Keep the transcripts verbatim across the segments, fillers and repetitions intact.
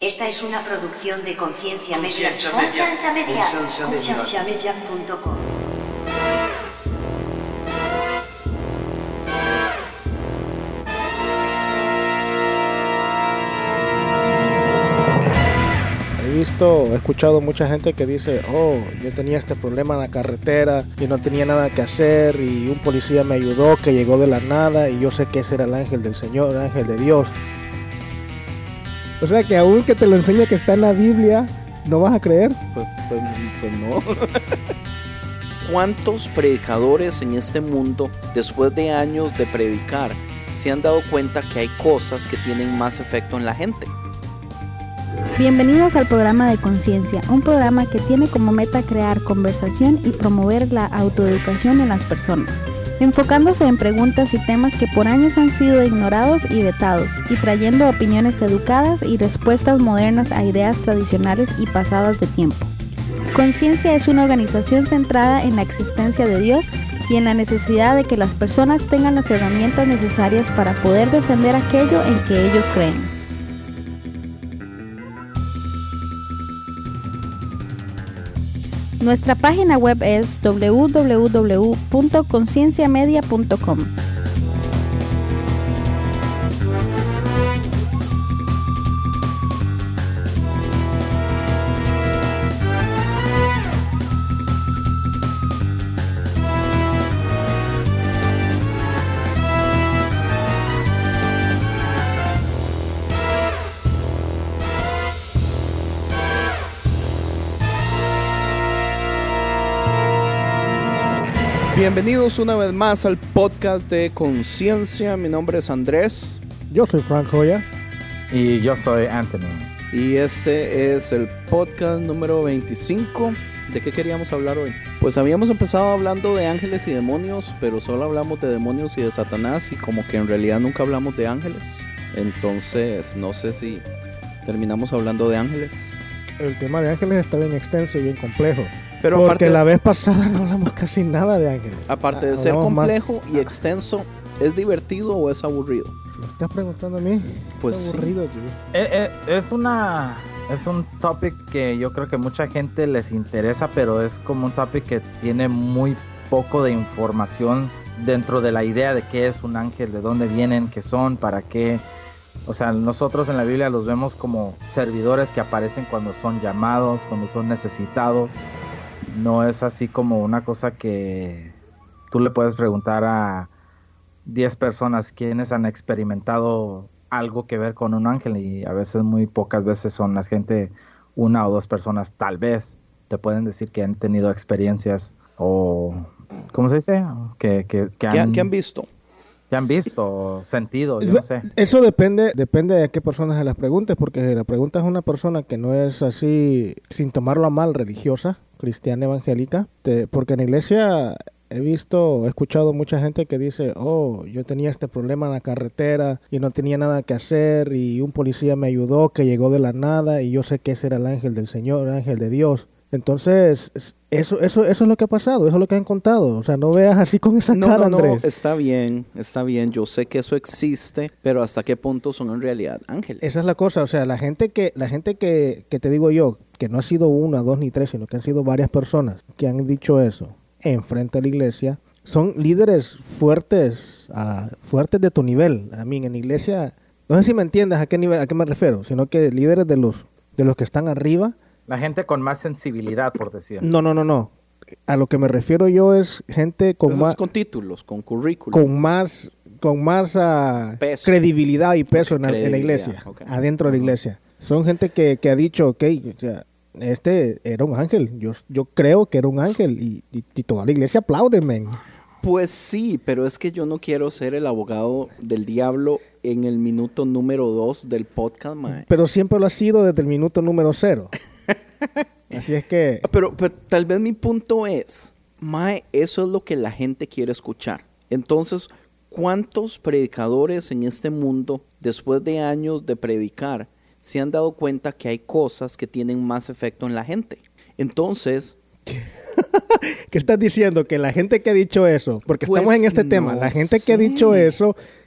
Esta es una producción de Conciencia Media. Conciencia Media. Conciencia Media punto com. He visto, he escuchado mucha gente que dice, oh, yo tenía este problema en la carretera y no tenía nada que hacer y un policía me ayudó que llegó de la nada y yo sé que ese era el ángel del Señor, el ángel de Dios. O sea que aún que te lo enseñe que está en la Biblia, ¿no vas a creer? Pues, pues, pues no. ¿Cuántos predicadores en este mundo, después de años de predicar, se han dado cuenta que hay cosas que tienen más efecto en la gente? Bienvenidos al programa de Conciencia, un programa que tiene como meta crear conversación y promover la autoeducación en las personas, enfocándose en preguntas y temas que por años han sido ignorados y vetados, y trayendo opiniones educadas y respuestas modernas a ideas tradicionales y pasadas de tiempo. Conciencia es una organización centrada en la existencia de Dios y en la necesidad de que las personas tengan las herramientas necesarias para poder defender aquello en que ellos creen. Nuestra página web es doble u doble u doble u punto conciencia media punto com. Bienvenidos una vez más al podcast de Conciencia. Mi nombre es Andrés. Yo soy Frank Joya. Y yo soy Anthony. Y este es el podcast número veinticinco. ¿De qué queríamos hablar hoy? Pues habíamos empezado hablando de ángeles y demonios, pero solo hablamos de demonios y de Satanás, y como que en realidad nunca hablamos de ángeles. Entonces, no sé si terminamos hablando de ángeles. El tema de ángeles está bien extenso y bien complejo. Pero Porque aparte, la vez pasada no hablamos casi nada de ángeles. Aparte de Hablamos ser complejo más... y extenso, ¿es divertido o es aburrido? ¿Me estás preguntando a mí? Pues es sí. aburrido, tío. Eh, eh, es una es un topic que yo creo que mucha gente les interesa, pero es como un topic que tiene muy poco de información dentro de la idea de qué es un ángel, de dónde vienen, qué son, para qué. O sea, nosotros en la Biblia los vemos como servidores que aparecen cuando son llamados, cuando son necesitados. No es así como una cosa que tú le puedes preguntar a diez personas quienes han experimentado algo que ver con un ángel, y a veces, muy pocas veces son la gente, una o dos personas tal vez te pueden decir que han tenido experiencias o, ¿cómo se dice? Que, que, que, han, ¿Qué han, ¿Qué han visto? Que han visto, sentido, yo no sé. Eso depende, depende de qué personas se las preguntes, porque si la pregunta es una persona que no es así, sin tomarlo a mal, religiosa, cristiana, evangélica, te, porque en la iglesia he visto, he escuchado mucha gente que dice, oh, yo tenía este problema en la carretera y no tenía nada que hacer y un policía me ayudó que llegó de la nada y yo sé que ese era el ángel del Señor, el ángel de Dios. Entonces, eso, eso, eso es lo que ha pasado, eso es lo que han contado. O sea, no veas así con esa no, cara, no, Andrés. No, está bien, está bien. Yo sé que eso existe, pero ¿hasta qué punto son en realidad ángeles? Esa es la cosa. O sea, la gente que, la gente que, que te digo yo, que no ha sido una, dos ni tres, sino que han sido varias personas que han dicho eso enfrente de la iglesia, son líderes fuertes, uh, fuertes de tu nivel. A mí, en la iglesia, no sé si me entiendes a qué nivel, a qué me refiero, sino que líderes de los, de los que están arriba. La gente con más sensibilidad, por decir. No, no, no, no. A lo que me refiero yo es gente con Entonces, más... con títulos, con currículum. Con más, con más uh, credibilidad y peso okay, en, en la iglesia, okay. Adentro de la iglesia. Son gente que, que ha dicho, ok, o sea, este era un ángel. Yo, yo creo que era un ángel y, y, y toda la iglesia aplaude, men. Pues sí, pero es que yo no quiero ser el abogado del diablo en el minuto número dos del podcast, mae. Pero siempre lo ha sido desde el minuto número cero. Así es que... Pero, pero tal vez mi punto es, mae, eso es lo que la gente quiere escuchar. Entonces, ¿cuántos predicadores en este mundo, después de años de predicar, se han dado cuenta que hay cosas que tienen más efecto en la gente? Entonces... ¿Qué estás diciendo? Que la gente que ha dicho eso, porque pues estamos en este no tema, la gente sé. que ha dicho eso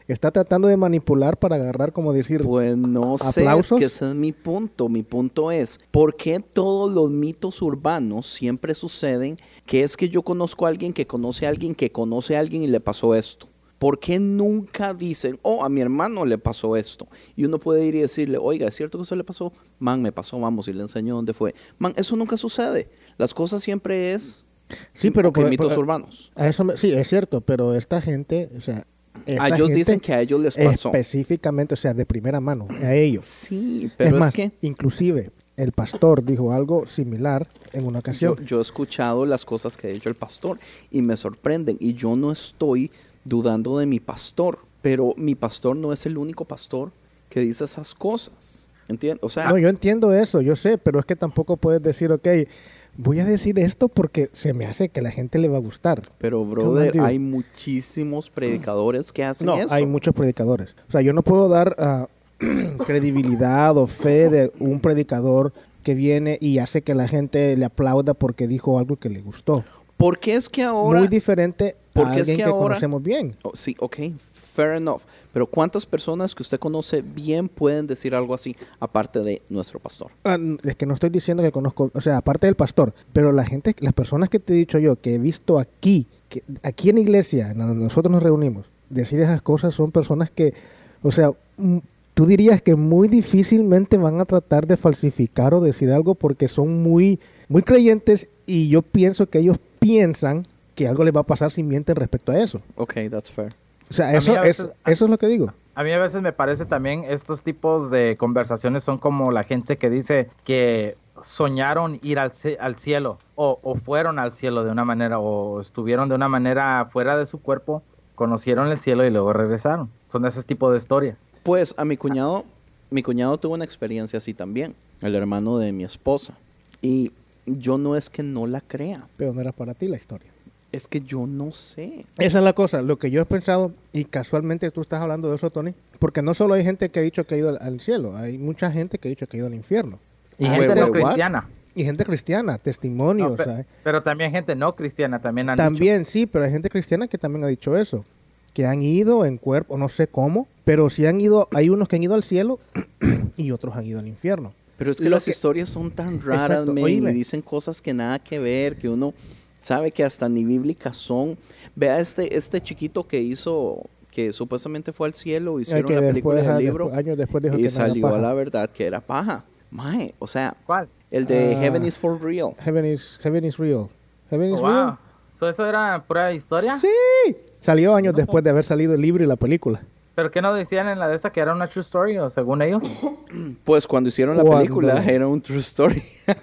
está tratando de manipular para agarrar, como decir, Pues no sé, es aplausos. que ese es mi punto. Mi punto es, ¿por qué todos los mitos urbanos siempre suceden que es que yo conozco a alguien que conoce a alguien que conoce a alguien y le pasó esto? ¿Por qué nunca dicen, oh, a mi hermano le pasó esto? Y uno puede ir y decirle, oiga, ¿es cierto que eso le pasó? Man, me pasó, vamos, y le enseño dónde fue. Man, eso nunca sucede. Las cosas siempre es Sí, pero ok, por- mitos por- urbanos. A eso me- sí, es cierto, pero esta gente, o sea, esta A ellos gente dicen que a ellos les pasó. específicamente, o sea, de primera mano, a ellos. Sí, pero es es, más, que inclusive el pastor dijo algo similar en una ocasión. yo, yo he escuchado las cosas que ha dicho el pastor y me sorprenden. Y yo no estoy dudando de mi pastor, pero mi pastor no es el único pastor que dice esas cosas. ¿Entiendes? O sea, No, yo entiendo eso, yo sé, pero es que tampoco puedes decir, ok, voy a decir esto porque se me hace que a la gente le va a gustar. pero Come on, brother, dude. hay muchísimos predicadores que hacen No, eso. hay muchos predicadores. O sea, yo no puedo dar ah, credibilidad o fe de un predicador que viene y hace que la gente le aplauda porque dijo algo que le gustó. ¿Por qué es que ahora... Muy diferente a porque es alguien que que, ahora- conocemos bien. Oh, sí, ok, fair enough. Pero ¿cuántas personas que usted conoce bien pueden decir algo así aparte de nuestro pastor? Ah, n- es que no estoy diciendo que conozco, o sea, aparte del pastor, pero la gente, las personas que te he dicho yo, que he visto aquí, que aquí en la iglesia, en donde nosotros nos reunimos, decir esas cosas son personas que, o sea, mm, tú dirías que muy difícilmente van a tratar de falsificar o decir algo porque son muy, muy creyentes y yo pienso que ellos piensan que algo les va a pasar si mienten respecto a eso. Ok, that's fair. O sea, mí eso, a es, veces- eso es lo que digo. A mí a veces me parece también estos tipos de conversaciones son como la gente que dice que soñaron ir al, ci- al cielo o, o fueron al cielo de una manera o estuvieron de una manera fuera de su cuerpo, conocieron el cielo y luego regresaron. Son ese tipo de historias. Pues a mi cuñado, mi cuñado tuvo una experiencia así también, el hermano de mi esposa. Y yo no es que no la crea, Pero no era para ti la historia. es que yo no sé. Esa es la cosa, lo que yo he pensado, y casualmente tú estás hablando de eso, Tony, porque no solo hay gente que ha dicho que ha ido al, al cielo, hay mucha gente que ha dicho que ha ido al infierno. Y Ah, gente wait, no wait, what? cristiana. Y gente cristiana, testimonios. No, pe- ¿sabes? pero también gente no cristiana también han También sí, pero hay gente cristiana que también ha dicho eso, que han ido en cuerpo, no sé cómo, pero sí han ido, hay unos que han ido al cielo y otros han ido al infierno. Pero es que Lo las que- historias son tan raras, Exacto, men, oíme. y dicen cosas que nada que ver, que uno sabe que hasta ni bíblicas son. Vea este, este chiquito que hizo, que supuestamente fue al cielo, hicieron que la película después, del ah, libro, después- años después dijo y que no era salió a paja. la verdad que era paja. Mae, o sea, ¿Cuál? el de Ah. Heaven is for real. Heaven is, heaven is real. Heaven is Oh, real. wow. So, ¿eso era pura historia? Sí. Salió años después de haber salido el libro y la película. ¿Pero qué no decían en la de esta que era una true story o según ellos? Pues cuando hicieron la Cuando- película era un true story.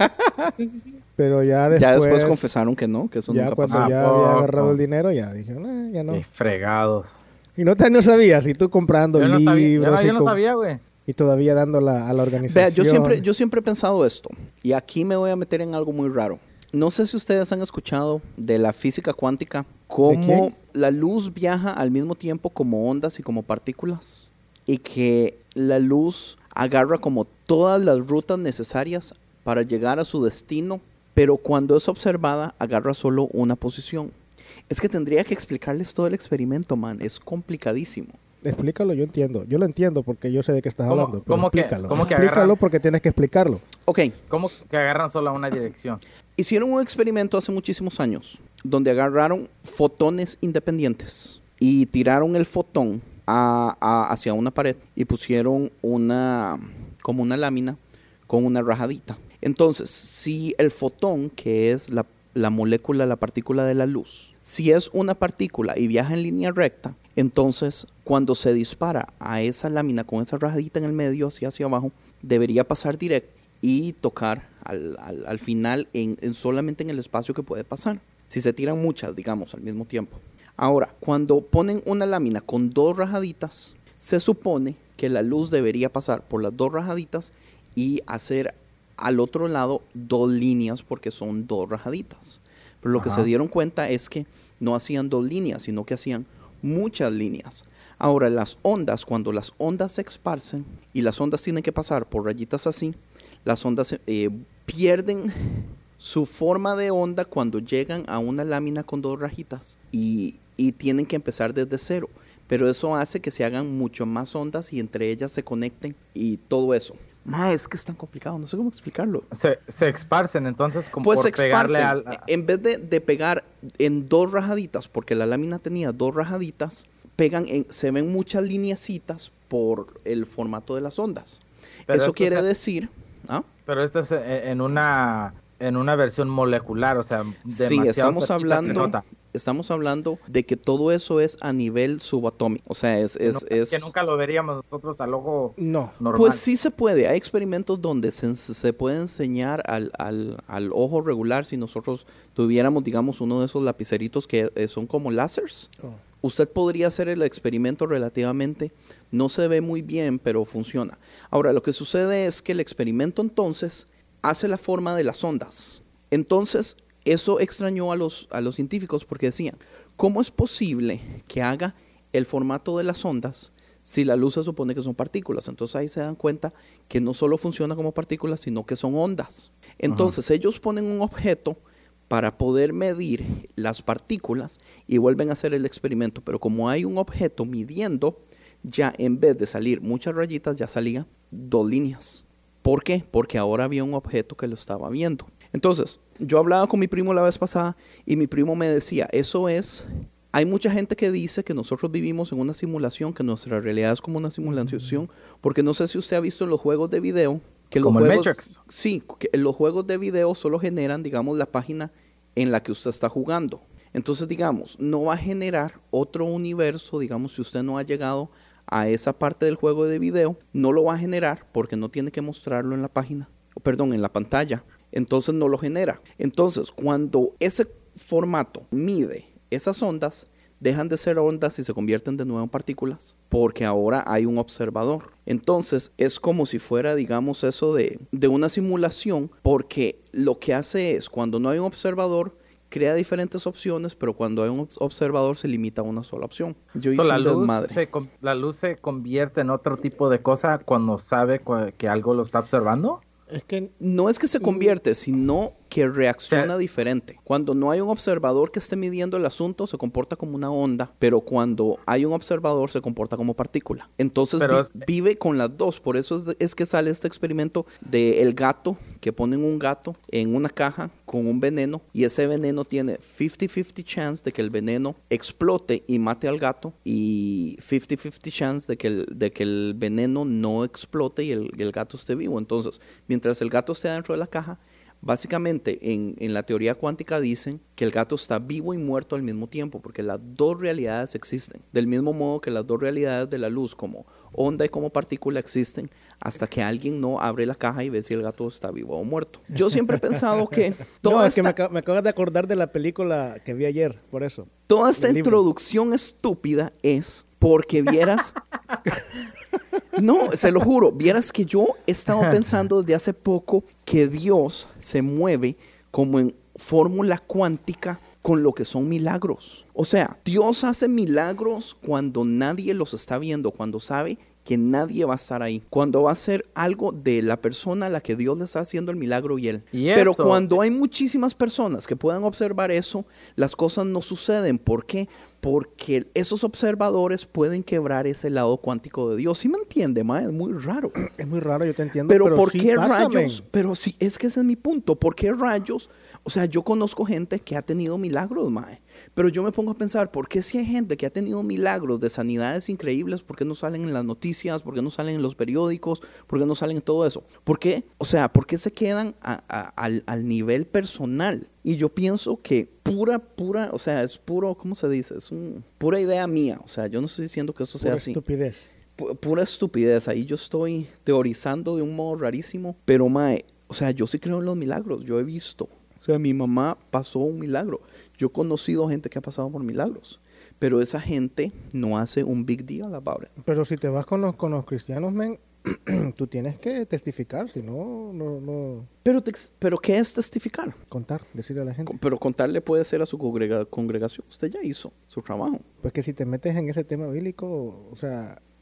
Sí, sí, sí. Pero ya después, ya después confesaron que no, que eso ya nunca cuando pasó. ¿A ya había poco? agarrado el dinero, ya dijeron, "Ah, ya no. Qué fregados. Y no, te, no sabías, y tú comprando Yo no libros sabía, yo no, y, yo no com- sabía, güey. y todavía dándola a la organización. Vea, yo siempre, yo siempre he pensado esto, y aquí me voy a meter en algo muy raro. No sé si ustedes han escuchado de la física cuántica, cómo quién? la luz viaja al mismo tiempo como ondas y como partículas, y que la luz agarra como todas las rutas necesarias para llegar a su destino, pero cuando es observada agarra solo una posición. Es que tendría que explicarles todo el experimento, man, es complicadísimo. Explícalo, yo entiendo. Yo lo entiendo porque yo sé de qué estás ¿Cómo- hablando. Pero cómo que- explícalo. cómo que explícalo agarran? porque tienes que explicarlo. Ok, ¿Cómo que agarran solo a una dirección? hicieron un experimento hace muchísimos años donde agarraron fotones independientes y tiraron el fotón a- a- hacia una pared y pusieron una como una lámina con una rajadita. Entonces, si el fotón, que es la, la molécula, la partícula de la luz, si es una partícula y viaja en línea recta, entonces cuando se dispara a esa lámina con esa rajadita en el medio hacia hacia abajo, debería pasar directo y tocar al, al- al final en, en solamente en el espacio que puede pasar. Si se tiran muchas, digamos, al mismo tiempo. Ahora, cuando ponen una lámina con dos rajaditas, se supone que la luz debería pasar por las dos rajaditas y hacer al otro lado dos líneas porque son dos rajaditas. Pero lo que Ajá. se dieron cuenta es que no hacían dos líneas, sino que hacían muchas líneas. Ahora, las ondas, cuando las ondas se esparcen y las ondas tienen que pasar por rayitas así, las ondas eh, pierden su forma de onda cuando llegan a una lámina con dos rayitas y, y tienen que empezar desde cero. pero eso hace que se hagan mucho más ondas y entre ellas se conecten y todo eso. Ma, es que es tan complicado, no sé cómo explicarlo. Se, se esparcen, entonces, como Pues por se pegarle esparcen. al... En vez de, de pegar en dos rajaditas, porque la lámina tenía dos rajaditas, pegan en, se ven muchas lineecitas por el formato de las ondas. Pero Eso esto quiere se- decir... ¿ah? Pero esto es eh, en una en una versión molecular, o sea, Sí, demasiado estamos cerquita se hablando, nota. estamos hablando de que todo eso es a nivel subatómico. O sea, es... Que es, nunca, es que nunca lo veríamos nosotros al ojo No. normal. Pues sí se puede. Hay experimentos donde se, se puede enseñar al, al, al ojo regular si nosotros tuviéramos, digamos, uno de esos lapiceritos que eh, son como láseres. Oh. Usted podría hacer el experimento relativamente, no se ve muy bien, pero funciona. Ahora, lo que sucede es que el experimento entonces hace la forma de las ondas. Entonces, eso extrañó a los, a los científicos porque decían, ¿cómo es posible que haga el formato de las ondas si la luz se supone que son partículas? Entonces ahí se dan cuenta que no solo funciona como partículas, sino que son ondas. Entonces uh-huh. ellos ponen un objeto para poder medir las partículas y vuelven a hacer el experimento. Pero como hay un objeto midiendo, ya en vez de salir muchas rayitas, ya salían dos líneas. ¿Por qué? Porque ahora había un objeto que lo estaba viendo. Entonces, yo hablaba con mi primo la vez pasada y mi primo me decía, eso es... Hay mucha gente que dice que nosotros vivimos en una simulación, que nuestra realidad es como una simulación, porque no sé si usted ha visto en los juegos de video... que Como los el juegos, Matrix. Sí, que los juegos de video solo generan, digamos, la página en la que usted está jugando. Entonces, digamos, no va a generar otro universo, digamos, si usted no ha llegado a esa parte del juego de video, no lo va a generar porque no tiene que mostrarlo en la página, perdón, en la pantalla. Entonces no lo genera. Entonces, cuando ese formato mide esas ondas, dejan de ser ondas y se convierten de nuevo en partículas, porque ahora hay un observador. Entonces, es como si fuera, digamos, eso de, de una simulación, porque lo que hace es, cuando no hay un observador, crea diferentes opciones, pero cuando hay un observador se limita a una sola opción. Yo hice So, la, un luz desmadre. se, la luz se convierte en otro tipo de cosa cuando sabe que algo lo está observando. Es que no es que se convierte, sino que reacciona o sea, diferente. Cuando no hay un observador que esté midiendo el asunto, se comporta como una onda, pero cuando hay un observador, se comporta como partícula. Entonces vi, es, vive con las dos. Por eso es, de, es que sale este experimento del gato, que ponen un gato en una caja con un veneno, y ese veneno tiene cincuenta cincuenta chance de que el veneno explote y mate al gato, y cincuenta cincuenta chance de que el, de que el veneno no explote y el, y el gato esté vivo. Entonces, mientras el gato esté dentro de la caja, básicamente en, en la teoría cuántica dicen que el gato está vivo y muerto al mismo tiempo, porque las dos realidades existen. Del mismo modo que las dos realidades de la luz, como onda y como partícula, existen hasta que alguien no abre la caja y ve si el gato está vivo o muerto. Yo siempre he pensado que... Toda no, es esta, que me, acab me acabas de acordar de la película que vi ayer, por eso. Toda esta introducción libro. estúpida es porque vieras... No, se lo juro, vieras que yo he estado pensando desde hace poco que Dios se mueve como en fórmula cuántica con lo que son milagros. O sea, Dios hace milagros cuando nadie los está viendo, cuando sabe que nadie va a estar ahí, cuando va a ser algo de la persona a la que Dios le está haciendo el milagro y él. ¿Y Pero eso? cuando hay muchísimas personas que puedan observar eso, las cosas no suceden. ¿Por qué? Porque esos observadores pueden quebrar ese lado cuántico de Dios. ¿Sí me entiende, ma? Es muy raro. Es muy raro, yo te entiendo. Pero, pero ¿por sí qué pasa, rayos? man. Pero sí, es que ese es mi punto. ¿Por qué rayos? O sea, yo conozco gente que ha tenido milagros, mae. Pero yo me pongo a pensar, ¿por qué si hay gente que ha tenido milagros de sanidades increíbles, por qué no salen en las noticias? ¿Por qué no salen en los periódicos? ¿Por qué no salen en todo eso? ¿Por qué? O sea, ¿por qué se quedan a, a, al, al nivel personal? Y yo pienso que pura, pura, o sea, es puro, ¿cómo se dice? Es un, pura idea mía. O sea, yo no estoy diciendo que eso sea Pura así. estupidez. P pura estupidez. Ahí yo estoy teorizando de un modo rarísimo. Pero, mae, o sea, yo sí creo en los milagros. Yo he visto. O sea, mi mamá pasó un milagro. Yo he conocido gente que ha pasado por milagros. Pero esa gente no hace un big deal about it. Pero si te vas con los, con los cristianos, men, tú tienes que testificar, si no, no, no... Pero, te, pero ¿qué es testificar? Contar, decirle a la gente. Pero contarle puede ser a su congrega, congregación. Usted ya hizo su trabajo. Pues que si te metes en ese tema bíblico, o sea,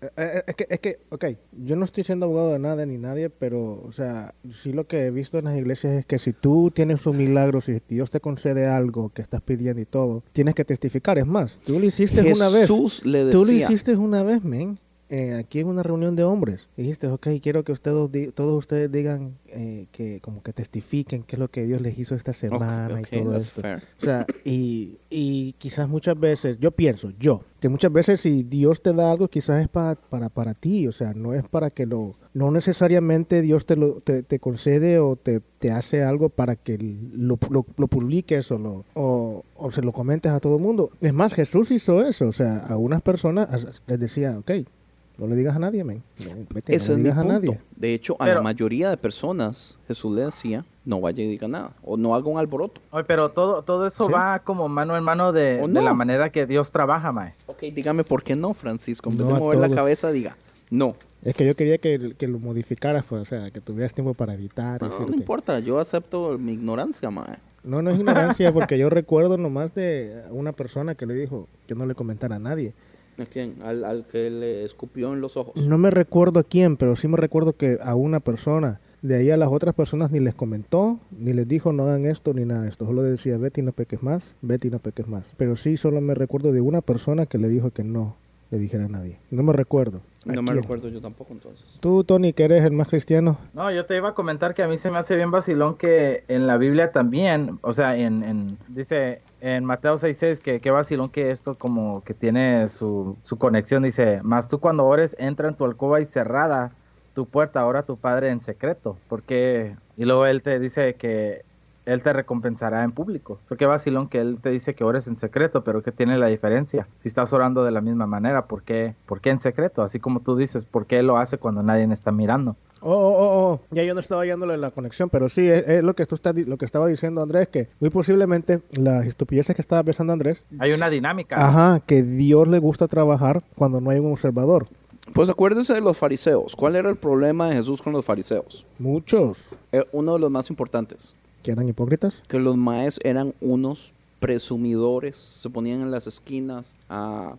Eh, eh, Es que, es que, ok, yo no estoy siendo abogado de nada ni nadie, pero, o sea, sí lo que he visto en las iglesias es que si tú tienes un milagro, si Dios te concede algo que estás pidiendo y todo, tienes que testificar. Es más, tú lo hiciste una vez. Jesús le Tú lo decía, hiciste una vez, men, eh, aquí en una reunión de hombres. Dijiste, ok, quiero que ustedes, di- todos ustedes digan eh, que como que testifiquen qué es lo que Dios les hizo esta semana ok, y todo that's esto. fair. O sea, y, y quizás muchas veces, yo pienso, yo, que muchas veces si Dios te da algo, quizás es pa- para, para ti, o sea, no es para que lo, no necesariamente Dios te lo te, te concede o te, te hace algo para que lo, lo, lo publiques o, lo, o, o se lo comentes a todo el mundo. Es más, Jesús hizo eso, o sea, a unas personas as- les decía, ok, no le digas a nadie, men, no, vete, Ese no es le mi digas a punto. nadie. De hecho, a Pero- la mayoría de personas, Jesús le decía, no vaya y diga nada, o no haga un alboroto. Oye, pero todo, todo eso Sí. va como mano en mano de, ¿O de no? la manera que Dios trabaja, mae. Ok, dígame por qué no, Francisco. En vez No de a mover la todos. cabeza, diga, no. Es que yo quería que, que lo modificaras, pues, o sea, que tuvieras tiempo para editar. y No, decir no que- importa, yo acepto mi ignorancia, mae. No, no es ignorancia, porque yo recuerdo nomás de una persona que le dijo que no le comentara a nadie. ¿A quién? Al, al que le escupió en los ojos. No me recuerdo a quién, pero sí me recuerdo que a una persona. De ahí a las otras personas ni les comentó, ni les dijo no hagan esto, ni nada de esto. Solo decía, Betty, no peques más, Betty, no peques más. Pero sí solo me recuerdo de una persona que le dijo que no le dijera a nadie. No me recuerdo. ¿A No me quién? recuerdo yo tampoco, entonces. Tú, Tony, que eres el más cristiano. No, yo te iba a comentar que a mí se me hace bien vacilón que en la Biblia también, o sea, en, en dice en Mateo seis seis que qué vacilón que esto como que tiene su, su conexión, dice, mas tú cuando ores entra en tu alcoba y cerrada tu puerta, ora a tu padre en secreto, porque, y luego él te dice que él te recompensará en público. Eso qué vacilón que él te dice que ores en secreto, pero ¿qué tiene la diferencia? Si estás orando de la misma manera, ¿por qué, ¿por qué en secreto? Así como tú dices, ¿por qué él lo hace cuando nadie está mirando? Oh, oh, oh, oh. Ya yo no estaba hallándole la conexión, pero sí, es, es lo que tú estás, di- lo que estaba diciendo Andrés, que muy posiblemente las estupideces que estaba pensando Andrés, Hay una dinámica. ajá, que Dios le gusta trabajar cuando no hay un observador. Pues acuérdese de los fariseos. ¿Cuál era el problema de Jesús con los fariseos? Muchos Eh, uno de los más importantes. que eran hipócritas. Que los maes eran unos presumidores. Se ponían en las esquinas a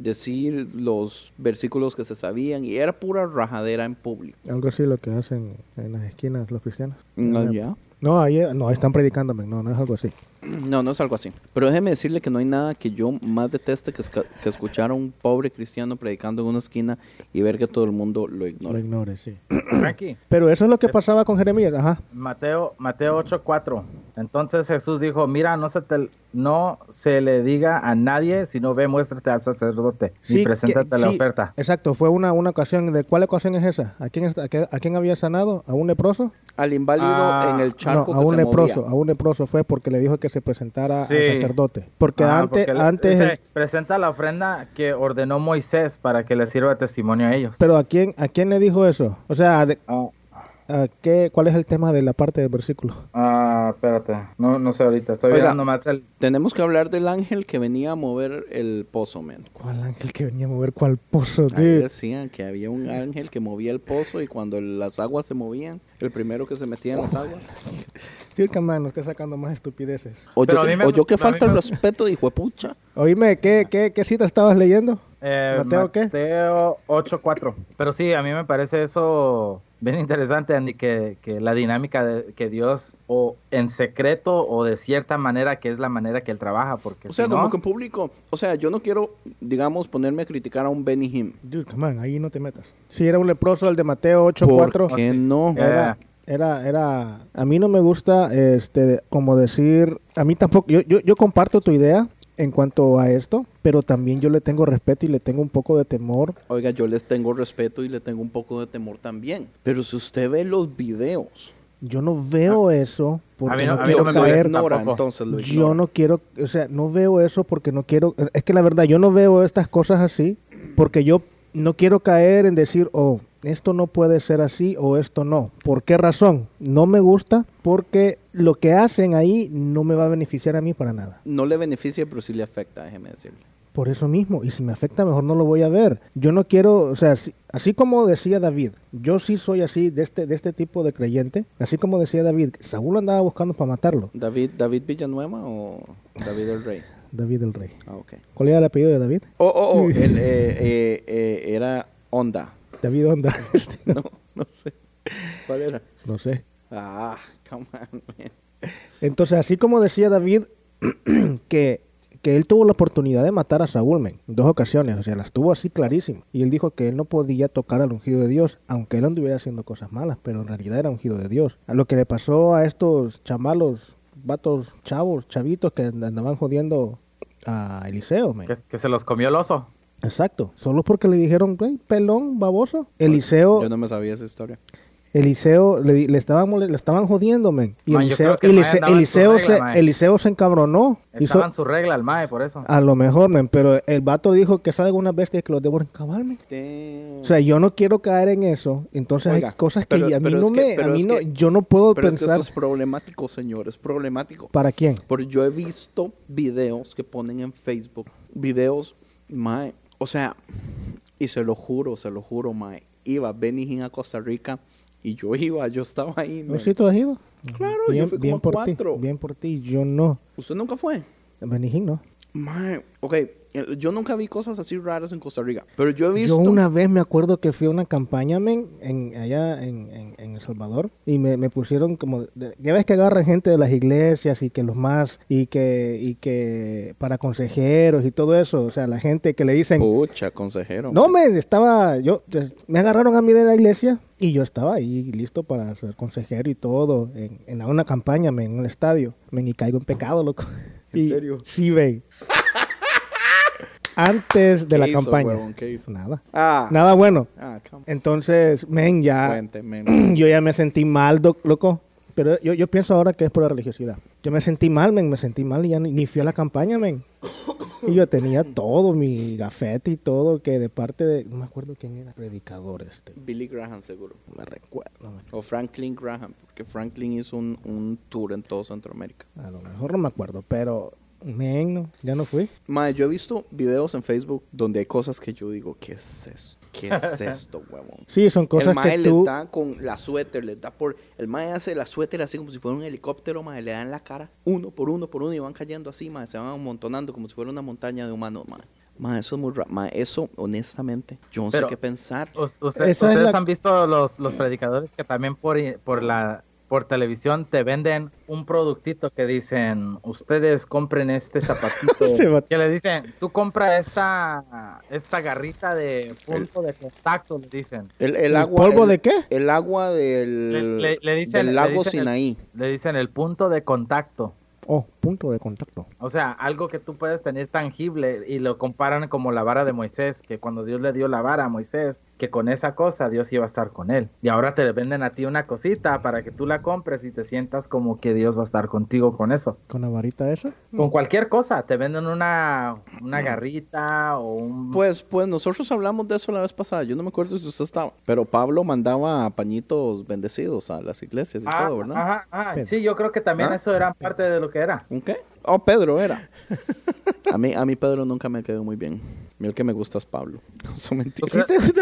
decir los versículos que se sabían. Y era pura rajadera en público. Algo así lo que hacen en las esquinas los cristianos. No, ya. No, ahí no, están predicando, men, no, no es algo así. No, no es algo así. Pero déjeme decirle que no hay nada que yo más deteste que, esca- que escuchar a un pobre cristiano predicando en una esquina y ver que todo el mundo lo Lo ignora. ignore, sí. Frankie, Pero eso es lo que pasaba con Jeremías, ajá. Mateo, Mateo ocho cuatro. Entonces Jesús dijo, mira, no se te, no se le diga a nadie, sino ve, muéstrate al sacerdote Sí, y preséntate que- la sí, oferta. Exacto, fue una, una ocasión. ¿De cuál ocasión es esa? ¿A quién, está- a, qué- a quién había sanado? ¿A un leproso? Al inválido Ah, en el No, charco a que un se leproso. movía. A un leproso fue porque le dijo que se presentara Sí. al sacerdote. Porque Ah, antes, porque le- antes dice, el- presenta la ofrenda que ordenó Moisés para que le sirva de testimonio a ellos. pero ¿a quién, ¿a quién le dijo eso? O sea, de- Ah, ¿a qué, ¿cuál es el tema de la parte del versículo? ah, espérate, no, no sé ahorita, estoy Oiga. viendo más el... Tenemos que hablar del ángel que venía a mover el pozo, man. ¿Cuál ángel que venía a mover cuál pozo, Ahí dude? decían que había un ángel que movía el pozo y cuando las aguas se movían, el primero que se metía en las aguas. Sí, el camano está sacando más estupideces. O Pero yo, a mí me o yo que gusta- a mí falta el me- respeto, hijo de pucha. Oíme, ¿qué, qué, qué cita estabas leyendo? Eh, ¿Mateo qué? Mateo ocho cuatro. Pero sí, a mí me parece eso bien interesante, Andy, que, que la dinámica de que Dios, o en secreto, o de cierta manera, que es la manera que Él trabaja, porque O sea, si como no, que en público, o sea, yo no quiero, digamos, ponerme a criticar a un Benny Hinn. Dude, come on, ahí no te metas. Si era un leproso el de Mateo ocho cuatro. ¿Por qué sí. no? Eh, Era, era, era, a mí no me gusta, este, como decir, a mí tampoco, yo, yo, yo comparto tu idea en cuanto a esto, pero también yo le tengo respeto y le tengo un poco de temor. Oiga, yo les tengo respeto y le tengo un poco de temor también. Pero si usted ve los videos, Yo no veo eso porque a mí no- no, a mí quiero no me lo caer. molesta. ignora, tampoco. entonces lo Yo ignora. no quiero, o sea, no veo eso porque no quiero, es que la verdad yo no veo estas cosas así porque yo no quiero caer en decir, oh, esto no puede ser así o esto no. ¿Por qué razón? No me gusta porque lo que hacen ahí no me va a beneficiar a mí para nada. No le beneficia, pero sí le afecta, déjeme decirle. Por eso mismo, y si me afecta mejor no lo voy a ver. Yo no quiero, o sea, si- así como decía David, yo sí soy así, de este, de este tipo de creyente, así como decía David, Saúl andaba buscando para matarlo, ¿David, David Villanueva o David el Rey? David el rey. Ah, ok. ¿Cuál era el apellido de David? Oh, oh, oh, él, eh, eh, eh, era Onda. David Onda. Este, no, No, no sé. ¿Cuál era? no sé. Ah, come on, man. Entonces, así como decía David, que, que él tuvo la oportunidad de matar a Saúl, men, en dos ocasiones, o sea, las tuvo así clarísimo. Y él dijo que él no podía tocar al ungido de Dios, aunque él anduviera haciendo cosas malas, pero en realidad era ungido de Dios. A lo que le pasó a estos chamalos, vatos, chavos, chavitos que andaban jodiendo a Eliseo, men. Que, que se los comió el oso. Exacto, solo porque le dijeron, "Güey, pelón, baboso". Eliseo, Yo no me sabía esa historia. Eliseo le, le estaban mole- le estaban jodiendo, men. Y Man, yo Eliseo, creo que el mae Elise- andaba en su Eliseo, regla, se, mae. Eliseo se encabronó. Hizo- Estaba en su regla el mae, por eso. a lo mejor, men, pero el vato dijo que salga una bestia que los devoren cabal, men. Damn. O sea, yo no quiero caer en eso. Entonces Oiga, hay cosas que pero- a mí pero no es que- me, a pero mí es no, que- yo no puedo Pero es que pensar esto es problemático, señor, es problemático. para quién. Porque yo he visto videos que ponen en Facebook, videos, mae, o sea, y se lo juro, se lo juro, mae, iba Benny Hinn a Costa Rica y yo iba, yo estaba ahí, ¿No mae. sí tú has ido? Claro, bien, yo fui como bien a por cuatro. ti, bien por ti, yo no. ¿Usted nunca fue? Benijín, no. Mae, ok, eh, yo nunca vi cosas así raras en Costa Rica, pero yo he visto... Yo una vez me acuerdo que fui a una campaña, men, en, allá en, en, en El Salvador, y me, me pusieron como, de- ya ves que agarran gente de las iglesias y que los más, y que, y que para consejeros y todo eso, o sea, la gente que le dicen, Pucha, consejero. no, men, estaba, yo, des- me agarraron a mí de la iglesia y yo estaba ahí listo para ser consejero y todo, en, en una campaña, men, en el estadio, men, y caigo en pecado, loco. ¿En Y- serio? Sí, ve. Antes de ¿Qué la hizo, campaña. huevón? ¿Qué hizo? Nada. Ah, Nada bueno. ah, come Entonces, men, ya, Cuénteme. yo ya me sentí mal, doc- loco. Pero yo, yo pienso ahora que es por la religiosidad. Yo me sentí mal, men, me sentí mal y ya ni, ni fui a la campaña, men. Y yo tenía todo, mi gafete y todo, que de parte de, no me acuerdo quién era, predicador este, Billy Graham, seguro. no me recuerdo. men. O Franklin Graham, porque Franklin hizo un, un tour en todo Centroamérica. A lo mejor no me acuerdo, pero, men, no, ya no fui. Mae, yo he visto videos en Facebook donde hay cosas que yo digo, ¿qué es eso? ¿Qué es esto, huevón? Sí, son cosas el mae que le tú... da con la suéter, le da por... El mae hace la suéter así como si fuera un helicóptero, mae, le dan la cara uno por uno por uno y van cayendo así, mae, se van amontonando como si fuera una montaña de humanos, mae. Mae, eso es muy raro. Mae, eso, honestamente, yo no Pero- sé qué pensar. Us- usted- Esa es ustedes la- han visto los, los predicadores que también por, i- por la por televisión te venden un productito que dicen, ustedes compren este zapatito. Este vato. Que le dicen, tú compra esta esta garrita de punto de contacto, le dicen. El, ¿El el agua... polvo el- de qué? El agua del, Le- le- le dicen- del le lago dicen el- Sinaí. Le dicen el punto de contacto. Oh, punto de contacto. O sea, algo que tú puedes tener tangible y lo comparan como la vara de Moisés, que cuando Dios le dio la vara a Moisés, que con esa cosa Dios iba a estar con él. Y ahora te venden a ti una cosita para que tú la compres y te sientas como que Dios va a estar contigo con eso. ¿Con la varita esa? Con cualquier cosa, te venden una, una garrita o un... Pues, pues nosotros hablamos de eso la vez pasada. Yo no me acuerdo si usted estaba. Pero Pablo mandaba pañitos bendecidos a las iglesias y Ah, todo, ¿verdad? Ajá, ajá. Pedro. Sí, yo creo que también ¿Ah? eso era parte de lo que era. ¿Un qué? Oh, Pedro era. A mí, a mí Pedro nunca me quedó muy bien. A mí el que me gusta es Pablo. Eso mentira. ¿Sí te gusta?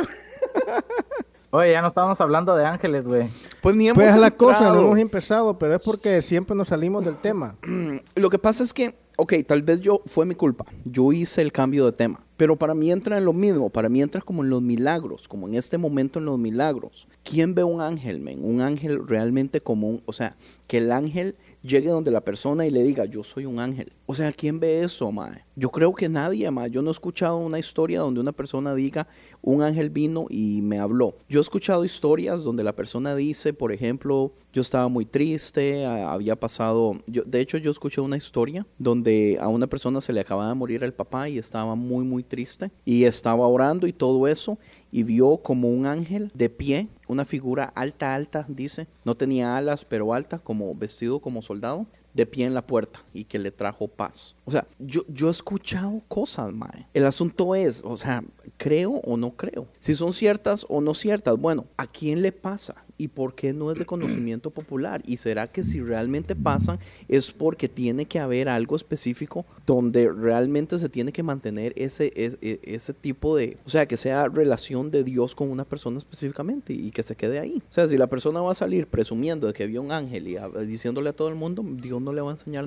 Oye, ya no estábamos hablando de ángeles, güey. Pues ni hemos Pues es la cosa, no entrado. hemos empezado, pero es porque siempre nos salimos del tema. Lo que pasa es que, ok, tal vez yo, fue mi culpa. Yo hice el cambio de tema. Pero para mí entra en lo mismo. Para mí entra como en los milagros. Como en este momento en los milagros. ¿Quién ve un ángel, men? Un ángel realmente común. O sea, que el ángel llegue donde la persona y le diga, yo soy un ángel. O sea, ¿quién ve eso, mae? Yo creo que nadie, mae. Yo no he escuchado una historia donde una persona diga, un ángel vino y me habló. Yo he escuchado historias donde la persona dice, por ejemplo, yo estaba muy triste, a- había pasado... Yo, de hecho, yo escuché una historia donde a una persona se le acababa de morir el papá y estaba muy, muy triste. Y estaba orando y todo eso. Y vio como un ángel de pie, una figura alta, alta, dice. No tenía alas, pero alta, como vestido como soldado, de pie en la puerta y que le trajo paz. O sea, yo, yo he escuchado cosas, mae. El asunto es, o sea, ¿creo o no creo? Si son ciertas o no ciertas, bueno, ¿a quién le pasa? ¿Y por qué no es de conocimiento popular? ¿Y será que si realmente pasan es porque tiene que haber algo específico donde realmente se tiene que mantener ese, ese, ese tipo de... O sea, que sea relación de Dios con una persona específicamente y que se quede ahí. O sea, si la persona va a salir presumiendo de que vio un ángel y a- diciéndole a todo el mundo, Dios no le va a enseñar nada.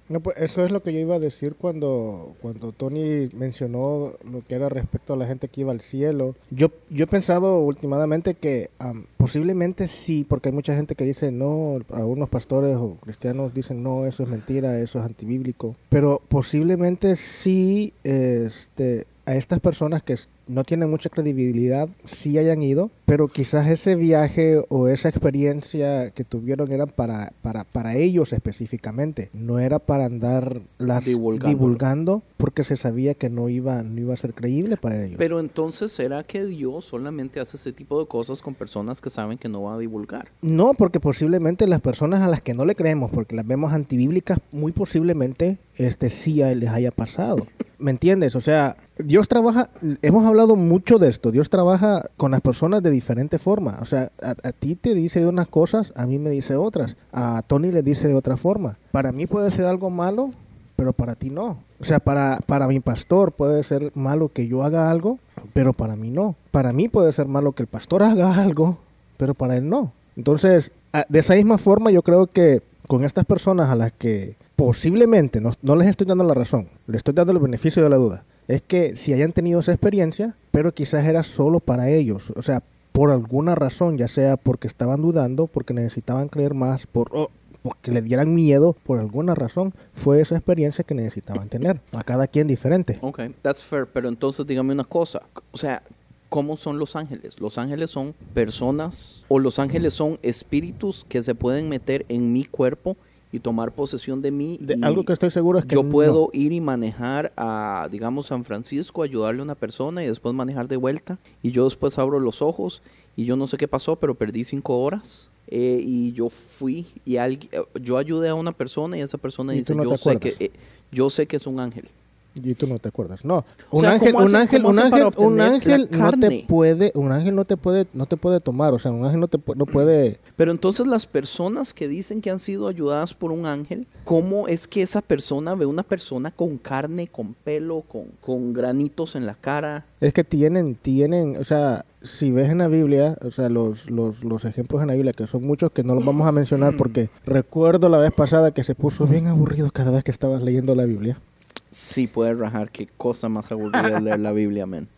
No, pues eso es lo que yo iba a decir cuando, cuando Tony mencionó lo que era respecto a la gente que iba al cielo. Yo, yo he pensado últimamente que um, posiblemente sí, porque hay mucha gente que dice no, algunos pastores o cristianos dicen no, eso es mentira, eso es antibíblico. Pero posiblemente sí, este, a estas personas que no tienen mucha credibilidad sí hayan ido, pero quizás ese viaje o esa experiencia que tuvieron era para, para, para ellos específicamente, no era para andar las divulgando porque se sabía que no iba, no iba a ser creíble para ellos. Pero entonces, ¿será que Dios solamente hace ese tipo de cosas con personas que saben que no va a divulgar? No, porque posiblemente las personas a las que no le creemos, porque las vemos antibíblicas, muy posiblemente este sí les haya pasado. ¿Me entiendes? O sea, Dios trabaja, hemos hablado mucho de esto, Dios trabaja con las personas de diferente forma. O sea, a, a ti te dice de unas cosas, a mí me dice otras, a Tony le dice de otra forma. Para mí puede ser algo malo, pero para ti no. O sea, para, para mi pastor puede ser malo que yo haga algo, pero para mí no. Para mí puede ser malo que el pastor haga algo, pero para él no. Entonces, de esa misma forma yo creo que con estas personas a las que posiblemente, no, no les estoy dando la razón, les estoy dando el beneficio de la duda, es que si hayan tenido esa experiencia, pero quizás era solo para ellos, o sea, por alguna razón, ya sea porque estaban dudando, porque necesitaban creer más, por, oh, porque le dieran miedo, por alguna razón, fue esa experiencia que necesitaban tener, a cada quien diferente. Ok, that's fair, pero entonces dígame una cosa, o sea, ¿cómo son los ángeles? Los ángeles son personas, o los ángeles son espíritus que se pueden meter en mi cuerpo y tomar posesión de mí. De algo que estoy seguro es que yo puedo no. ir y manejar a, digamos, San Francisco, ayudarle a una persona y después manejar de vuelta. Y yo después abro los ojos y yo no sé qué pasó, pero perdí cinco horas. Eh, y yo fui y alguien, yo ayudé a una persona y esa persona ¿Y dice, tú no yo te sé acuerdas? que eh, yo sé que es un ángel. Y tú no te acuerdas. No, un O sea, ángel, ¿cómo un hacen- ángel, cómo un hacen para ángel, un obtener ángel la no te carne? puede, un ángel no te puede, no te puede tomar, o sea, un ángel no te pu- no puede. Pero entonces las personas que dicen que han sido ayudadas por un ángel, ¿cómo es que esa persona ve una persona con carne, con pelo, con, con granitos en la cara? Es que tienen, tienen, o sea, si ves en la Biblia, o sea, los, los, los ejemplos en la Biblia, que son muchos que no los vamos a mencionar porque recuerdo la vez pasada que se puso bien aburrido cada vez que estabas leyendo la Biblia. Sí, puede rajar. Qué cosa más aburrida es leer la Biblia, man.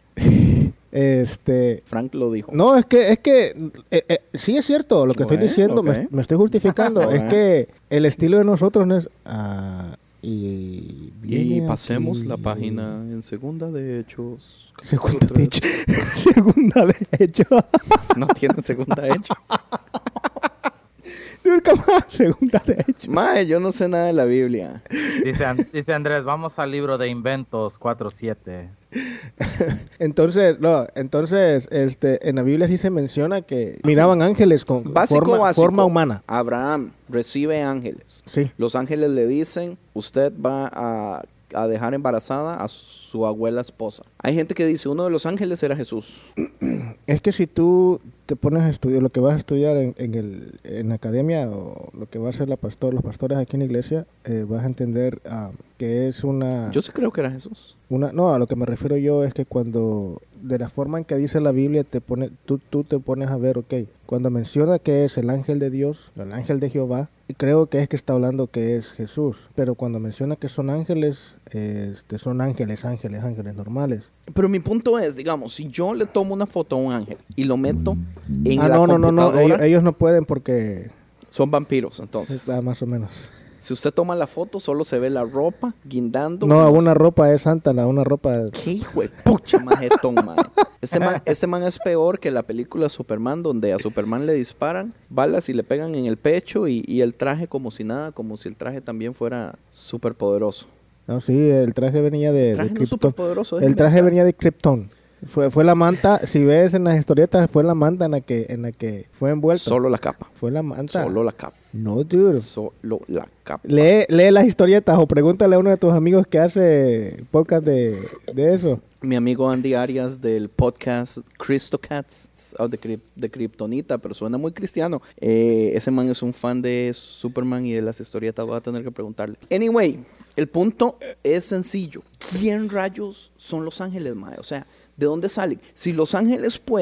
Este, Frank lo dijo. no, es que, es que, eh, eh, sí es cierto lo que Bueno, estoy diciendo, ok. me, me estoy justificando, es Bueno. que el estilo de nosotros no es, ah, y, Y viene pasemos aquí- la página en segunda de Hechos. Segunda capítulo de tres. hecho, segunda de hecho, No tiene segunda de Hechos. nunca más, segunda de hecho. Mae, yo no sé nada de la Biblia. Dice, An- dice Andrés, vamos al libro de Inventos cuatro siete. Entonces, no, entonces, este, en la Biblia sí se menciona que miraban ángeles con Básico, forma, básico. forma humana. Abraham recibe ángeles. Sí. Los ángeles le dicen, usted va a, a dejar embarazada a su abuela esposa. Hay gente que dice, uno de los ángeles era Jesús. Es que si tú te pones a estudiar lo que vas a estudiar en, en, el, en la academia o lo que va a hacer la pastor, los pastores aquí en la iglesia, eh, vas a entender ah, que es una, Yo sí creo que era Jesús. una... No, a lo que me refiero yo es que cuando, de la forma en que dice la Biblia, te pone, tú, tú te pones a ver, ok, cuando menciona que es el ángel de Dios, el ángel de Jehová, creo que es que está hablando que es Jesús. Pero cuando menciona que son ángeles, eh, este, son ángeles, ángeles, ángeles normales. Pero mi punto es, digamos, si yo le tomo una foto a un ángel y lo meto en Ah, la no, no, no, no, computadora, ellos, ellos no pueden porque... son vampiros, entonces. Ah, más o menos. Si usted toma la foto, solo se ve la ropa guindando. No, unos- una ropa es santa, la una ropa... ¿Qué hijo de pucha majetón, man? Este man, este man es peor que la película Superman, donde a Superman le disparan balas y le pegan en el pecho y, y el traje como si nada, como si el traje también fuera súper poderoso. No, sí, el traje venía de, El traje de no es Krypton. superpoderoso, El déjeme traje contar. venía de Krypton. Fue, fue la manta, si ves en las historietas, fue la manta en la que, en la que fue envuelto. Solo la capa. Fue la manta. Solo la capa. No, dude. Solo la capa. Lee, lee las historietas o pregúntale a uno de tus amigos que hace podcast de, de eso. Mi amigo Andy Arias del podcast Cristocats oh, de, Kryp- de Kryptonita, pero suena muy cristiano. Eh, ese man es un fan de Superman y de las historietas, voy a tener que preguntarle. Anyway, el punto es sencillo. ¿Quién rayos son los ángeles, mae? O sea, ¿de dónde salen? Si los ángeles pueden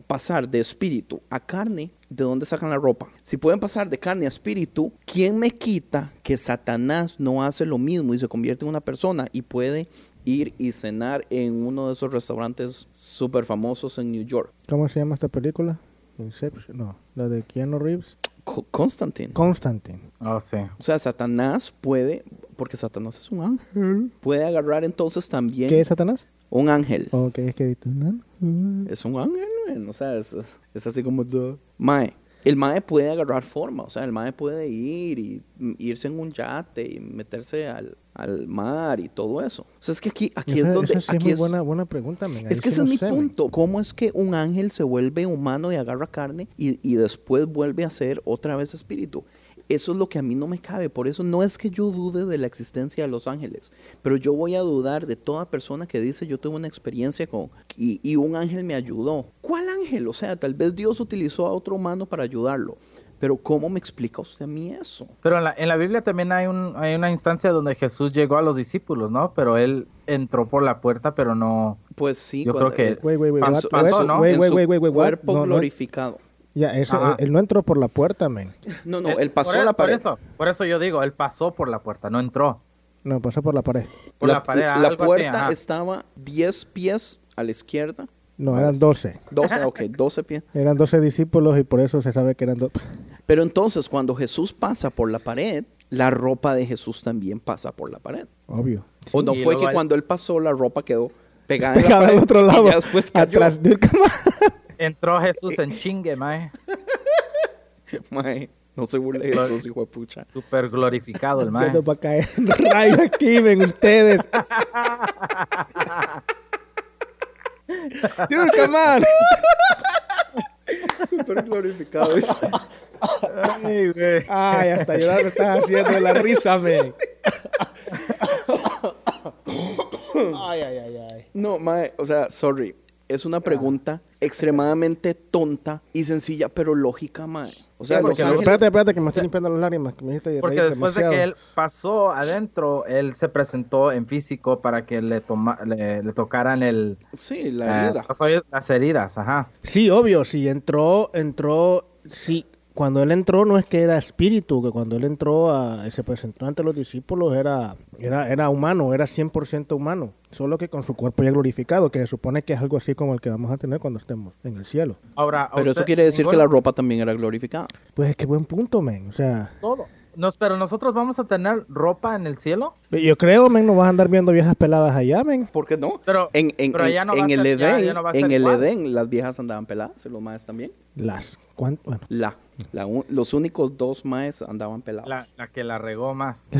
pasar de espíritu a carne, ¿de dónde sacan la ropa? Si pueden pasar de carne a espíritu, ¿quién me quita que Satanás no hace lo mismo y se convierte en una persona y puede ir y cenar en uno de esos restaurantes súper famosos en New York? ¿Cómo se llama esta película? Inception, no, la de Keanu Reeves. Co- Constantine. Constantine. Oh, sí. O sea, Satanás puede, porque Satanás es un ángel, puede agarrar entonces también ¿Qué es Satanás? un ángel. Ok, es que ¿no? Es un ángel, man. O sea, es, es, es así como... duh. Mae, el mae puede agarrar forma. O sea, el mae puede ir y mm, irse en un yate y meterse al, al mar y todo eso. O sea, es que aquí, aquí Esa, es donde... esa sí aquí es muy es, buena, buena pregunta, men. Ahí es que sí ese no es mi sé, men. punto. ¿Cómo es que un ángel se vuelve humano y agarra carne y, y después vuelve a ser otra vez espíritu? Eso es lo que a mí no me cabe. Por eso no es que yo dude de la existencia de los ángeles, pero yo voy a dudar de toda persona que dice yo tuve una experiencia con y, y un ángel me ayudó. ¿Cuál ángel? O sea, tal vez Dios utilizó a otro humano para ayudarlo, pero ¿cómo me explica usted a mí eso? Pero en la, en la Biblia también hay, un, hay una instancia donde Jesús llegó a los discípulos, ¿no? Pero él entró por la puerta, pero no... Pues sí, Yo cuando creo que- él Wait, wait, wait, pasó, what? pasó, ¿no? Wait, en wait, su wait, wait, wait, what? cuerpo No, no. glorificado. Ya, eso, Ajá. él, él no entró por la puerta, men. No, no, Él- él pasó por, e- la pared. Por eso, por eso yo digo, él pasó por la puerta, no entró. No, pasó por la pared. Por la, pared, la algo así, puerta ajá. estaba diez pies a la izquierda. No, eran doce. doce, ok, doce pies. Eran doce discípulos y por eso se sabe que eran dos. Pero entonces cuando Jesús pasa por la pared, la ropa de Jesús también pasa por la pared. Obvio. O no Y fue luego que hay- cuando él pasó la ropa quedó pegada, en la Pegada pared al otro y lado. ya después cayó. Atrás de Entró Jesús en chingue, mae. Mae, no se burle de Jesús, hijo de pucha. Súper glorificado el mae. Yendo para caer rayo aquí, ven ustedes. Dude, come on. Súper glorificado. Ay, güey. Ay, hasta llorar me estás haciendo de la risa, men. Ay, ay, ay, ay. No, mae, o sea, sorry. Es una pregunta extremadamente tonta y sencilla, pero lógica, mae. O sea, Sí, Los porque No, Ángeles... espérate, espérate, que me estoy limpiando las lágrimas. Que me dijiste de Porque reír después de demasiado. que él pasó adentro, él se presentó en físico para que le, toma, le, le tocaran el, Sí, la eh, herida. los hoyos- las heridas, ajá. Sí, obvio, sí, entró, entró, sí. Cuando él entró no es que era espíritu, que cuando él entró a, se presentó ante los discípulos era, era, era humano, era cien por ciento humano, solo que con su cuerpo ya glorificado, que se supone que es algo así como el que vamos a tener cuando estemos en el cielo. Ahora, a Pero eso usted- quiere decir que ninguno- la ropa también era glorificada. Pues es que buen punto, men, o sea, Todo. Nos, pero nosotros vamos a tener ropa en el cielo. yo creo, men, no vas a andar viendo viejas peladas allá, men. ¿Por qué no? Pero- en en, pero en- allá no va en a el ser- ya- Edén, ya no va a en ser el igual. Edén las viejas andaban peladas y los maes también. Las, ¿cuánto? Bueno, La, la un- los únicos dos maes andaban pelados. La, la que la regó más.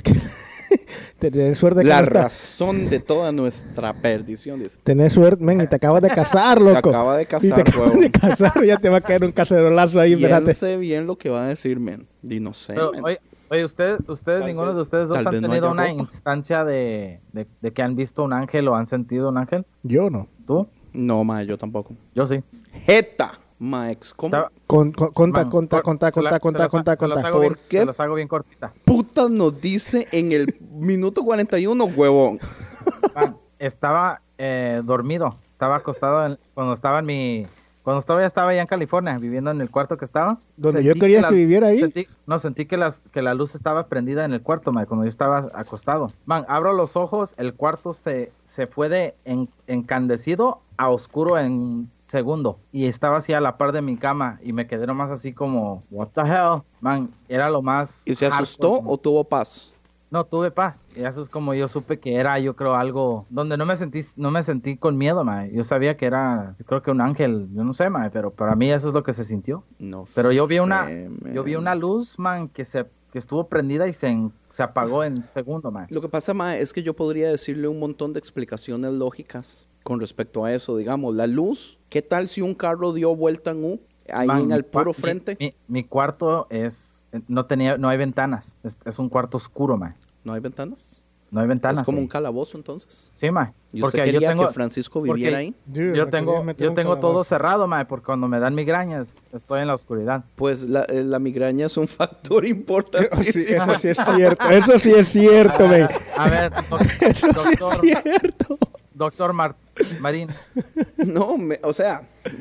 tener suerte que La no está- razón de toda nuestra perdición, dice. Tener suerte, men, y te acabas de casar, loco. acaba de Y casar, te acabas huevón. de casar, ya te va a caer un cacerolazo ahí, espérate. Piense bien lo que va a decir, men. Y no sé, Pero, men. oye, oye, ustedes, ustedes Tal ninguno vez- de ustedes dos tal han vez no tenido haya una ropa. instancia de, de, de que han visto un ángel o han sentido un ángel. Yo no. ¿Tú? No, mae, yo tampoco. Yo sí. Jeta, maex, ¿cómo Estaba- Con, con- conta, Man, conta, por- conta, se la- conta, se conta, los- conta, se los conta. hago bien- ¿Por qué? Se los hago bien cortita. putas nos dice en el minuto cuarenta y uno, huevón? Ah, estaba eh, dormido, estaba acostado en- cuando estaba en mi, cuando estaba ya estaba allá en California, viviendo en el cuarto que estaba. ¿Donde Sentí yo quería la- que viviera ahí? sentí- no, sentí que, las, que la luz estaba prendida en el cuarto, man, cuando yo estaba acostado. Man, abro los ojos, el cuarto se, se fue de en- encandecido a oscuro en segundo. Y estaba así a la par de mi cama y me quedé nomás así como, what the hell? Man, era lo más... ¿Y se asustó hardcore. o tuvo paz? No, tuve paz. Y eso es como yo supe que era, yo creo, algo donde no me sentí, no me sentí con miedo, mae. Yo sabía que era, yo creo que un ángel, yo no sé, mae, pero para mí eso es lo que se sintió. No Pero yo vi sé, una, man. yo vi una luz, man, que se, que estuvo prendida y se, en- se apagó en segundo, mae. Lo que pasa, mae, es que yo podría decirle un montón de explicaciones lógicas con respecto a eso. Digamos, la luz, ¿qué tal si un carro dio vuelta en U ahí Man, en mi el puro cua- mi- frente? Mi, mi cuarto es, no tenía, no hay ventanas. Es, es un cuarto oscuro, mae. ¿No hay ventanas? No hay ventanas. Es como ahí. un calabozo, entonces. Sí, mae. ¿Y usted quería que Francisco viviera ahí? Dude, Yo me tengo, querías meter yo un tengo todo calabozo. cerrado, mae, porque cuando me dan migrañas estoy en la oscuridad. Pues la, eh, la migraña es un factor importante. Oh, sí, eso sí es cierto, eso sí es cierto, A men. ver, a ver, doc- Eso sí doctor, es cierto. doctor Mar- Marín, No, me- o sea, vea,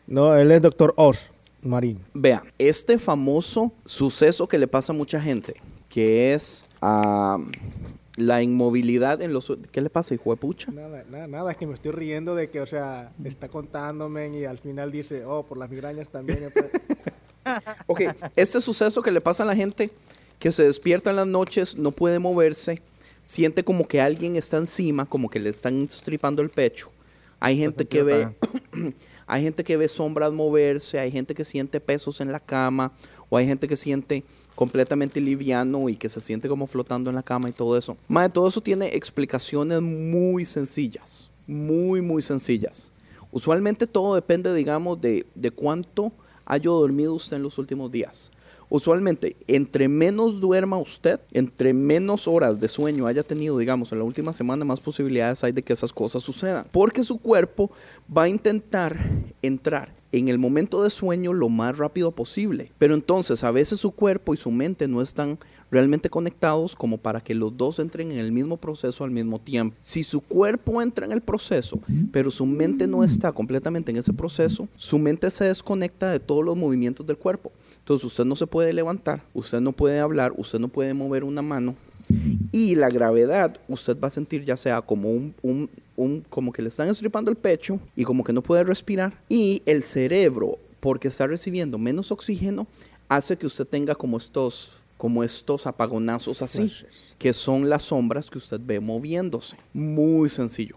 No, él es doctor Oz Marín. Vea, este famoso suceso que le pasa a mucha gente, que es uh, la inmovilidad en los... ¿Qué le pasa, hijo de pucha? Nada, nada, nada, es que me estoy riendo de que, o sea, está contándome y al final dice, oh, por las migrañas también. Ok, este suceso que le pasa a la gente que se despierta en las noches, no puede moverse, siente como que alguien está encima, como que le están estripando el pecho. Hay gente que ve... Hay gente que ve sombras moverse, hay gente que siente pesos en la cama, o hay gente que siente completamente liviano y que se siente como flotando en la cama y todo eso. Mae, todo eso tiene explicaciones muy sencillas, muy, muy sencillas. Usualmente todo depende, digamos, de, de cuánto haya dormido usted en los últimos días. Usualmente, entre menos duerma usted, entre menos horas de sueño haya tenido, digamos, en la última semana, más posibilidades hay de que esas cosas sucedan. Porque su cuerpo va a intentar entrar en el momento de sueño lo más rápido posible. Pero entonces, a veces su cuerpo y su mente no están realmente conectados como para que los dos entren en el mismo proceso al mismo tiempo. Si su cuerpo entra en el proceso, pero su mente no está completamente en ese proceso, su mente se desconecta de todos los movimientos del cuerpo. Entonces usted no se puede levantar, usted no puede hablar, usted no puede mover una mano. Y la gravedad, usted va a sentir ya sea como un, un, un como que le están estripando el pecho y como que no puede respirar. Y el cerebro, porque está recibiendo menos oxígeno, hace que usted tenga como estos... como estos apagonazos así, Flashes. Que son las sombras que usted ve moviéndose. Muy sencillo.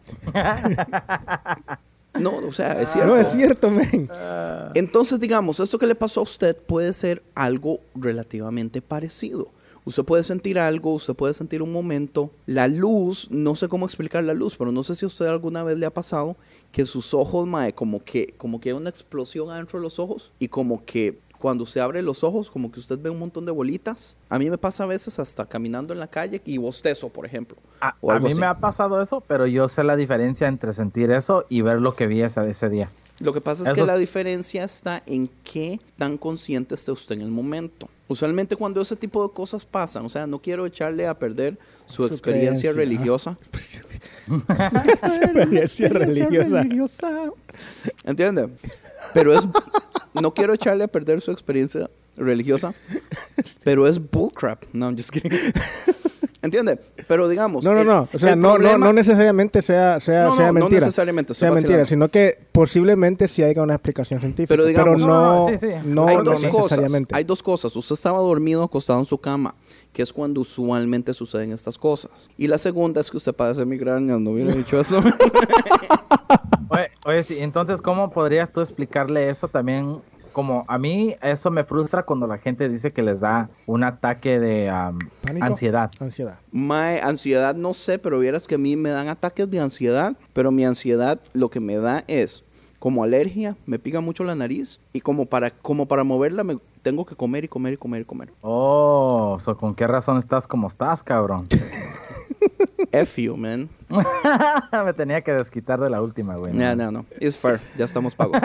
No, o sea, es cierto. No, es cierto, men. Entonces, digamos, esto que le pasó a usted puede ser algo relativamente parecido. Usted puede sentir algo, usted puede sentir un momento. La luz, no sé cómo explicar la luz, pero no sé si a usted alguna vez le ha pasado que sus ojos, mae, como que, como que hay una explosión adentro de los ojos y como que cuando usted abre los ojos, como que usted ve un montón de bolitas. A mí me pasa a veces hasta caminando en la calle y bostezo, por ejemplo. A, o algo a mí así. me ha pasado eso, pero yo sé la diferencia entre sentir eso y ver lo que vi ese, ese día. Lo que pasa es Eso que es... la diferencia está en qué tan consciente esté usted en el momento. Usualmente cuando ese tipo de cosas pasan, o sea, no quiero echarle a perder su, su experiencia religiosa. experiencia religiosa. ¿Entiende? Pero es... No quiero echarle a perder su experiencia religiosa, pero es bullcrap. No, I'm just kidding. ¿Entiende? Pero digamos... No, no, el, no. O sea, no, problema... no, no necesariamente sea, sea, no, no, sea mentira. No necesariamente. Sea mentira, sino que posiblemente sí haya una explicación científica. Pero digamos... Pero no, no, sí, sí. no, hay no dos necesariamente. Cosas, hay dos cosas. Usted estaba dormido acostado en su cama, que es cuando usualmente suceden estas cosas. Y la segunda es que usted padece migrañas. No hubiera dicho eso. Oye, oye, sí. Entonces, ¿cómo podrías tú explicarle eso también? Como a mí eso me frustra cuando la gente dice que les da un ataque de um, ansiedad. Ansiedad. My, ansiedad no sé, pero vieras que a mí me dan ataques de ansiedad, pero mi ansiedad lo que me da es como alergia, me pica mucho la nariz y como para, como para moverla me tengo que comer y comer y comer y comer. Oh, so, ¿con qué razón estás como estás, cabrón? F you, man. Me tenía que desquitar de la última, güey. No, no, no. It's fair. Ya estamos pagos.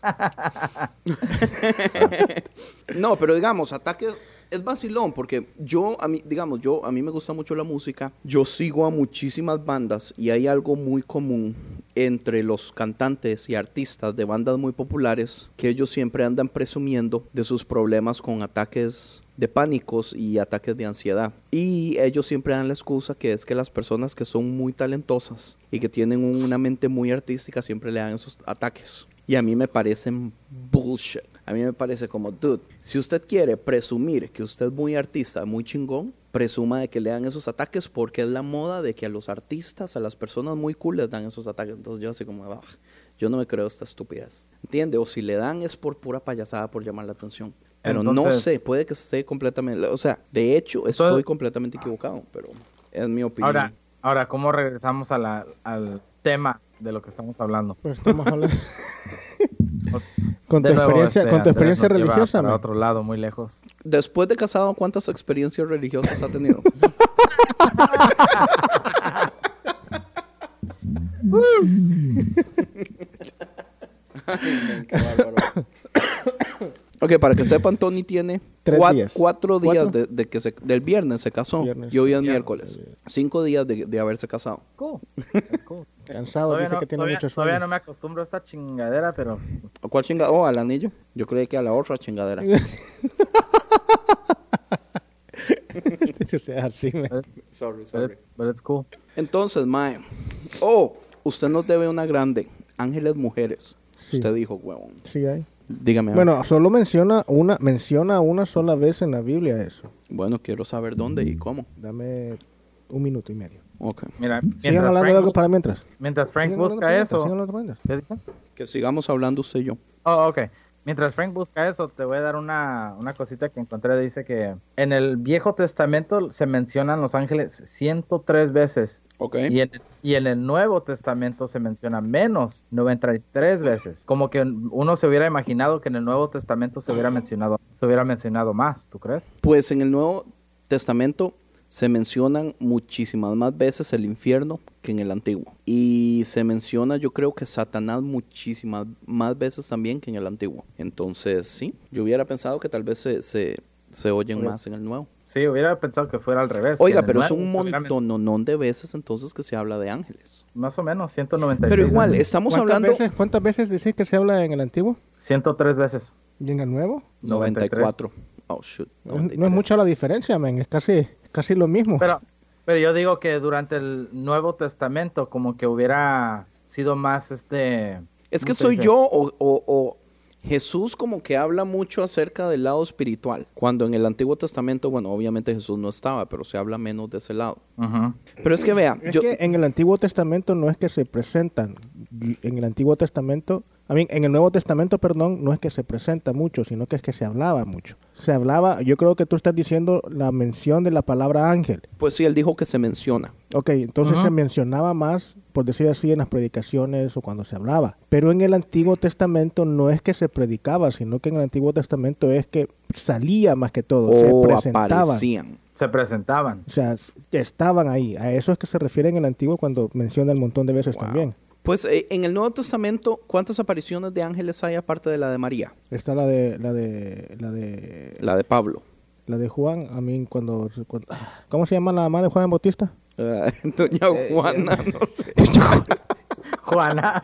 No, pero digamos, ataque es vacilón porque yo, a mí, digamos, yo, a mí me gusta mucho la música. Yo sigo a muchísimas bandas y hay algo muy común entre los cantantes y artistas de bandas muy populares que ellos siempre andan presumiendo de sus problemas con ataques de pánicos y ataques de ansiedad. Y ellos siempre dan la excusa que es que las personas que son muy talentosas y que tienen una mente muy artística siempre le dan esos ataques. Y a mí me parecen bullshit. A mí me parece como, dude, si usted quiere presumir que usted es muy artista, muy chingón, presuma de que le dan esos ataques porque es la moda de que a los artistas, a las personas muy cool les dan esos ataques. Entonces yo así como, ah, yo no me creo esta estupidez. ¿Entiende? O si le dan es por pura payasada, por llamar la atención. Pero entonces, no sé, puede que esté completamente... O sea, de hecho, estoy entonces, completamente equivocado, pero es mi opinión. Ahora, ahora ¿cómo regresamos a la, al tema de lo que estamos hablando? Pues estamos hablando... con, tu nuevo, experiencia, este, con tu experiencia religiosa. Para otro lado, muy lejos. Después de casado, ¿cuántas experiencias religiosas ha tenido? Ay, qué bárbaro. Ok, para que sepan, Tony tiene cuatro días, cuatro días ¿Cuatro? De, de que se, del viernes se casó viernes, y hoy es miércoles. Viernes. Cinco días de, de haberse casado. Cool. Cool. Cansado, Todavía, dice no, que tiene todavía, mucho sueño. todavía no me acostumbro a esta chingadera, pero... ¿A cuál chingadera? Oh, al anillo. Yo creí que a la otra chingadera. O sea, así, man. Sorry, But, sorry. it- but it's cool. Entonces, mae. Oh, usted nos debe una grande. Ángeles mujeres. Sí. Usted dijo, huevón. Sí hay. Dígame. a ver. Bueno, solo menciona una, menciona una sola vez en la Biblia eso. Bueno, quiero saber dónde y cómo. Dame un minuto y medio. Ok. Mira, Sigan mientras hablando de Frank, algo busca, para mientras. mientras Frank Sigan hablando busca para mientras, eso... sigan hablando para mientras. ¿Qué dice? Que sigamos hablando usted y yo. Oh, ok. Mientras Frank busca eso, te voy a dar una, una cosita que encontré. Dice que en el Viejo Testamento se mencionan los ángeles ciento tres veces. Ok. Y en, y en el Nuevo Testamento se menciona menos, noventa y tres veces. Como que uno se hubiera imaginado que en el Nuevo Testamento se hubiera mencionado, se hubiera mencionado más, ¿tú crees? Pues en el Nuevo Testamento se mencionan muchísimas más veces el infierno que en el Antiguo. Y se menciona, yo creo que Satanás muchísimas más veces también que en el Antiguo. Entonces, sí, yo hubiera pensado que tal vez se, se, se oyen Oye. más en el Nuevo. Sí, hubiera pensado que fuera al revés. Oiga, que en el pero es Nuevo un se hubiera men- montón de veces entonces que se habla de ángeles. Más o menos, ciento noventa y seis. Pero igual, veces. estamos ¿Cuántas hablando... veces, ¿Cuántas veces decís que se habla en el antiguo ciento tres veces. y en el nuevo? noventa y cuatro. Oh, shoot. No, noventa y no es tres. mucha la diferencia, man. Es casi, casi lo mismo. Pero, pero yo digo que durante el Nuevo Testamento como que hubiera sido más este... Es que ¿cómo se soy dice? yo o, o- o Jesús como que habla mucho acerca del lado espiritual. Cuando en el Antiguo Testamento, bueno, obviamente Jesús no estaba, pero se habla menos de ese lado. Ujú. Pero es que vea, Es yo, que en el Antiguo Testamento no es que se presentan. En el Antiguo Testamento, a mí, en el Nuevo Testamento, perdón, no es que se presenta mucho, sino que es que se hablaba mucho. Se hablaba, yo creo que tú estás diciendo la mención de la palabra ángel. pues sí, él dijo que se menciona. Ok, entonces Ujú. se mencionaba más, por decir así, en las predicaciones o cuando se hablaba. Pero en el Antiguo Testamento no es que se predicaba, sino que en el Antiguo Testamento es que salía más que todo, se O presentaba. aparecían. Se presentaban. O sea, s- estaban ahí. A eso es que se refiere en el Antiguo cuando menciona el montón de veces Wow. también. Pues eh, en el Nuevo Testamento, ¿cuántas apariciones de ángeles hay aparte de la de María? Está la de la de la de La de Pablo. la de Juan, a mí cuando, cuando- ¿cómo se llama la mamá de Juan Bautista? Eh, Doña Juana, no sé. Juana.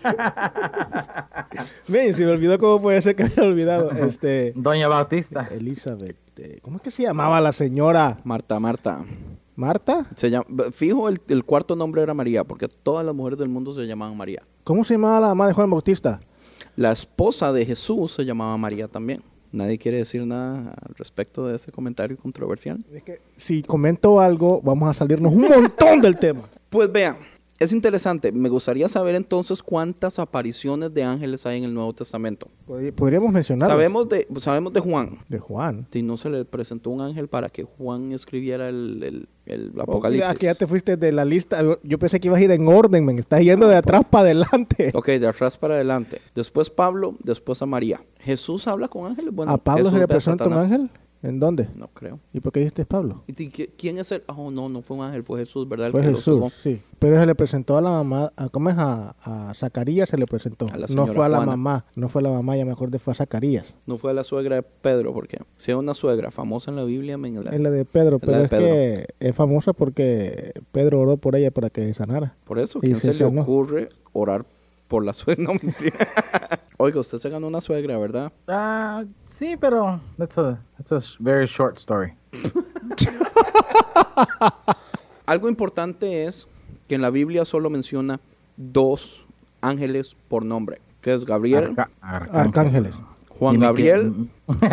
Ven, se me olvidó cómo puede ser que haya olvidado. Este Doña Bautista. Elizabeth, eh, ¿cómo es que se llamaba la señora? Marta, Marta. ¿Marta? Se llama, fijo, el, el cuarto nombre era María, porque todas las mujeres del mundo se llamaban María. ¿Cómo se llamaba la mamá de Juan Bautista? La esposa de Jesús se llamaba María también. Nadie quiere decir nada al respecto de ese comentario controversial. Es que si comento algo, vamos a salirnos un montón del tema. Pues vean, es interesante. Me gustaría saber entonces cuántas apariciones de ángeles hay en el Nuevo Testamento. Pod- Podríamos mencionar Sabemos de, sabemos de Juan. de Juan. Si no se le presentó un ángel para que Juan escribiera el, el, el Oh, Apocalipsis. mira, que ya te fuiste de la lista. Yo- Yo pensé que ibas a ir en orden, men. Estás yendo de atrás para adelante. Ok, de atrás para adelante. Después Pablo, después a María. ¿Jesús habla con ángeles? Bueno, ¿A Pablo Jesús se le ve a presenta un Satanás. ángel? ¿En dónde? No creo. ¿Y por qué dijiste Pablo? ¿Y ti- qui- quién es el? Oh, no, no fue un ángel, fue Jesús, ¿verdad? El Fue que lo salvó. Jesús, sí. Pero se le presentó a la mamá, a, ¿cómo es? A, a Zacarías se le presentó. A la No señora fue a la Juana. mamá, no fue a la mamá, ya mejor de fue a Zacarías. No fue la suegra de Pedro, porque si hay una suegra famosa en la Biblia, men, la- Es la de Pedro, Es la pero de es Pedro. que es famosa porque Pedro oró por ella para que sanara. por eso, Y ¿quién se se, le sanó. ocurre orar por la suegra? No, mentira. Oiga, usted se ganó una suegra, ¿verdad? Ah, sí, pero that's a, that's a very short story. Algo importante es que en la Biblia solo menciona dos ángeles por nombre, que es Gabriel, Arca- arcángel. Arcángeles. Juan Dime Gabriel.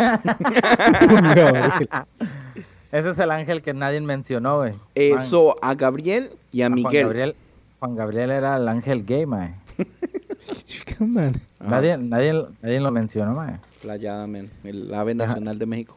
que- Ese es el ángel que nadie mencionó, güey. Eso, a Gabriel y a, Juan Miguel. Gabriel, Juan Gabriel era el ángel gay, mae. Come on. Ajá. Nadie, nadie, nadie lo mencionó, mae. Playada, men, el ave nacional de México.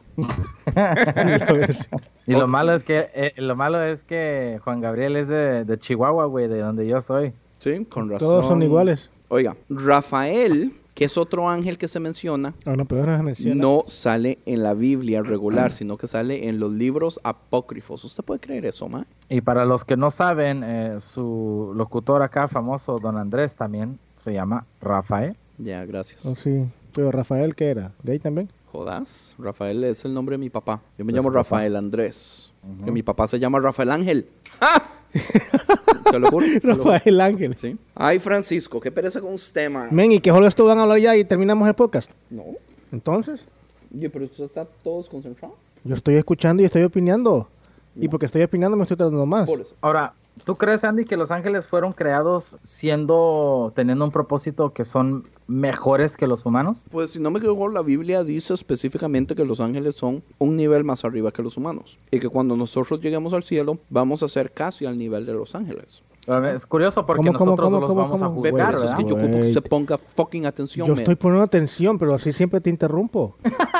Y lo malo es que eh, lo malo es que Juan Gabriel es de, de Chihuahua, güey, de donde yo soy. Sí, con razón. Todos son iguales. Oiga, Rafael, que es otro ángel que se menciona, Ah, no, pero no se menciona. no sale en la Biblia regular, sino que sale en los libros apócrifos. ¿Usted puede creer eso, ma? Y para los que no saben, eh, su locutor acá famoso, don Andrés, también se llama Rafael. Ya, gracias. Oh, sí. Pero Rafael, ¿qué era? ¿Gay también? Jodas, Rafael es el nombre de mi papá. Yo me De llamo su papá. Rafael Andrés. Que mi papá se llama Rafael Ángel. ¡Ja! Se lo juro. se lo juro. Rafael Ángel. Sí. Ay, Francisco, qué pereza con usted, man. Men, ¿y qué solo esto van a hablar ya y terminamos el podcast? No. Entonces, Oye, pero usted está todos concentrados. yo estoy escuchando y estoy opinando. Y porque estoy opinando me estoy tratando más. Por eso. Ahora, ¿tú crees, Andy, que los ángeles fueron creados siendo, teniendo un propósito que son mejores que los humanos? Pues si no me equivoco, la Biblia dice específicamente que los ángeles son un nivel más arriba que los humanos. Y que cuando nosotros lleguemos al cielo, vamos a ser casi al nivel de los ángeles. Es curioso porque ¿Cómo, cómo, nosotros cómo, los cómo, vamos cómo? a Ve, juzgar, por eso es ¿verdad? que yo ocupo que Wait. usted ponga fucking atención, Yo man. estoy poniendo atención, pero así siempre te interrumpo.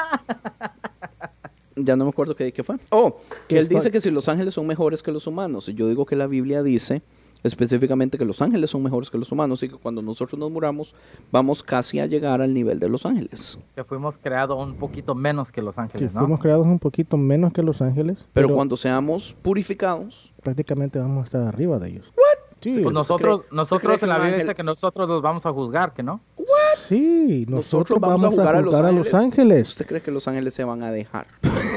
Ya no me acuerdo qué, qué fue. Oh, que ¿Qué él dice estoy? que si los ángeles son mejores que los humanos. Y yo digo que la Biblia dice específicamente que los ángeles son mejores que los humanos y que cuando nosotros nos muramos vamos casi a llegar al nivel de los ángeles. Que fuimos creados un poquito menos que los Si ángeles, ¿no? fuimos creados un poquito menos que los ángeles, Pero, pero, cuando seamos purificados, prácticamente vamos a estar arriba de ellos. Sí, Pues nosotros, cree- nosotros usted cree en la que un Biblia ángel- dice que nosotros los vamos a juzgar, ¿que no? sí, nosotros, vamos, a jugar, a los, ángeles. ángeles. ¿Usted cree que los ángeles se van a dejar?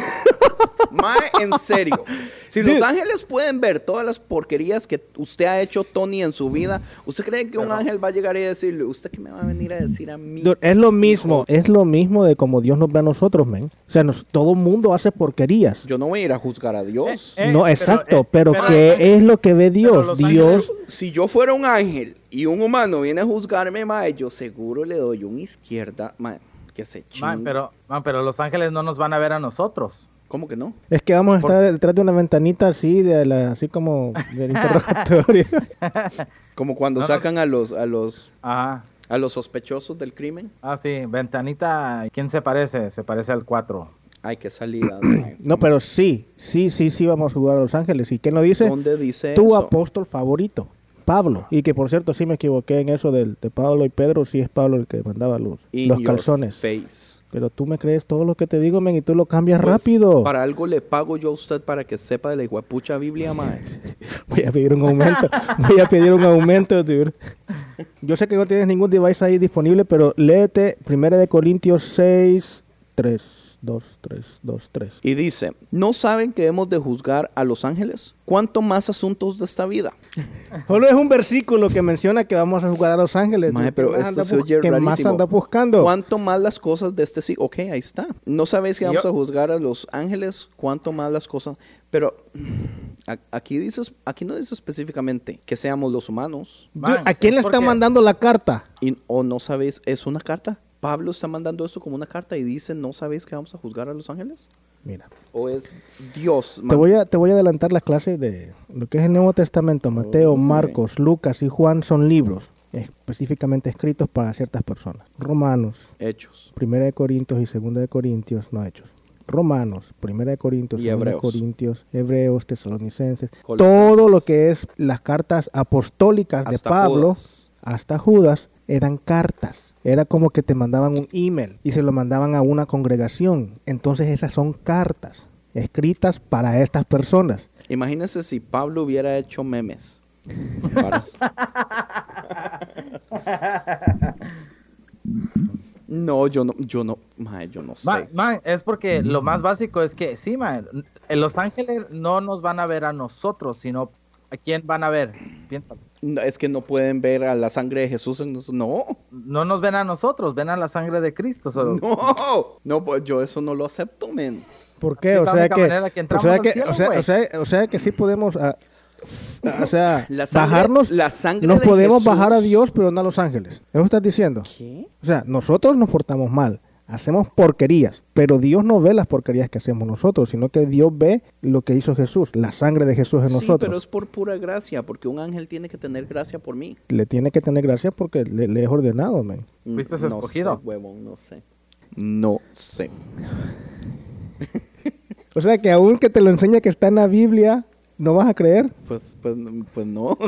Mae, en serio. Si Dude. los ángeles pueden ver todas las porquerías que usted ha hecho, Tony, en su vida, ¿usted cree que un ángel va a llegar y decirle, ¿usted qué me va a venir a decir a mí? Dude, es lo mismo, es lo mismo de como Dios nos ve a nosotros, men. O sea, nos- todo mundo hace porquerías. Yo no voy a ir a juzgar a Dios. Eh, no, pero, exacto, eh, pero, pero- ¿qué es lo que ve Dios? los Dios, Si yo fuera un ángel y un humano viene a juzgarme, mae, yo seguro le doy una izquierda, mae, que se chingue. Man, pero, man, pero los ángeles no nos van a ver a nosotros. ¿Cómo que no? es que vamos a Por- estar detrás de una ventanita así, de la, así como del interrogatorio. Como cuando No, no. sacan a los a los Ajá. a los sospechosos del crimen. Ah, sí, ventanita. ¿Quién se parece? Se parece al cuatro. Ay, qué salida. mae. No, pero sí, sí, sí, sí vamos a jugar a los ángeles. ¿Y quién lo dice? ¿Dónde dice Tu eso? apóstol favorito, Pablo. Y que por cierto, sí me equivoqué en eso del, de Pablo y Pedro, sí es Pablo el que mandaba los, In los your calzones. face. Pero tú me crees todo lo que te digo, men, y tú lo cambias Pues, rápido. Para algo le pago yo a usted para que sepa de la hijuepucha Biblia, mae. Voy a pedir un aumento. Voy a pedir un aumento, dude. Yo sé que no tienes ningún device ahí disponible, pero léete primera de Corintios seis, tres. dos, tres, dos, tres. Y dice, ¿no saben que hemos de juzgar a los ángeles? ¿Cuánto más asuntos de esta vida? Solo es un versículo que menciona que vamos a jugar a los ángeles. Mae, ¿Qué pero más esto anda se bus- oye ¿Qué más rarísimo. anda buscando? ¿Cuánto más las cosas de este siglo? Ok, ahí está. ¿No sabéis que vamos Yo- a juzgar a los ángeles? ¿Cuánto más las cosas? Pero a- aquí dices, aquí no dice específicamente que seamos los humanos. Dude, Man, ¿a quién es le está porque- mandando la carta? Y, ¿O no sabéis? ¿Es una carta? ¿Pablo está mandando esto como una carta y dice, ¿no sabéis que vamos a juzgar a los ángeles? Mira, ¿O es Dios? te voy, a, te voy a adelantar las clases de lo que es el Nuevo Testamento. Mateo, Ok. Marcos, Lucas y Juan son libros específicamente escritos para ciertas personas. Romanos, Hechos. Primera de Corintios y Segunda de Corintios, no Hechos. Romanos, Primera de Corintios, Y Segunda de Hebreos. Corintios, Hebreos, Tesalonicenses, Colosenses. todo lo que es las cartas apostólicas de Hasta Pablo, Judas. hasta Judas, eran cartas. Era como que te mandaban un email y se lo mandaban a una congregación. Entonces esas son cartas escritas para estas personas. Imagínense si Pablo hubiera hecho memes. Varas. No, yo no, yo no, mae, yo no sé. Man, man, es porque lo más básico es que, sí, man, eh, los ángeles no nos van a ver a nosotros, sino a quién van a ver. Piénsalo. No, es que no pueden ver a la sangre de Jesús en nosotros. No, No nos ven a nosotros, ven a la sangre de Cristo. Solo. no, no, pues yo eso no lo acepto, men. ¿Por qué? Es O la sea única que, manera que o entramos sea al que, cielo, o sea, güey. o sea, o sea que sí podemos, ah, o sea, La sangre- bajarnos, la sangre nos de podemos Jesús. bajar a Dios, pero no a los ángeles. ¿Eso estás diciendo? ¿Qué? O sea, nosotros nos portamos mal, hacemos porquerías, pero Dios no ve las porquerías que hacemos nosotros, sino que Dios ve lo que hizo Jesús, la sangre de Jesús en Sí, nosotros. pero es por pura gracia, porque un ángel tiene que tener gracia por mí. Le tiene que tener gracia porque le, le es ordenado, men. ¿Fuiste No escogido? sé, huevón, no sé. No sé. O sea, que aún que te lo enseña que está en la Biblia, ¿no vas a creer? Pues, pues, pues no.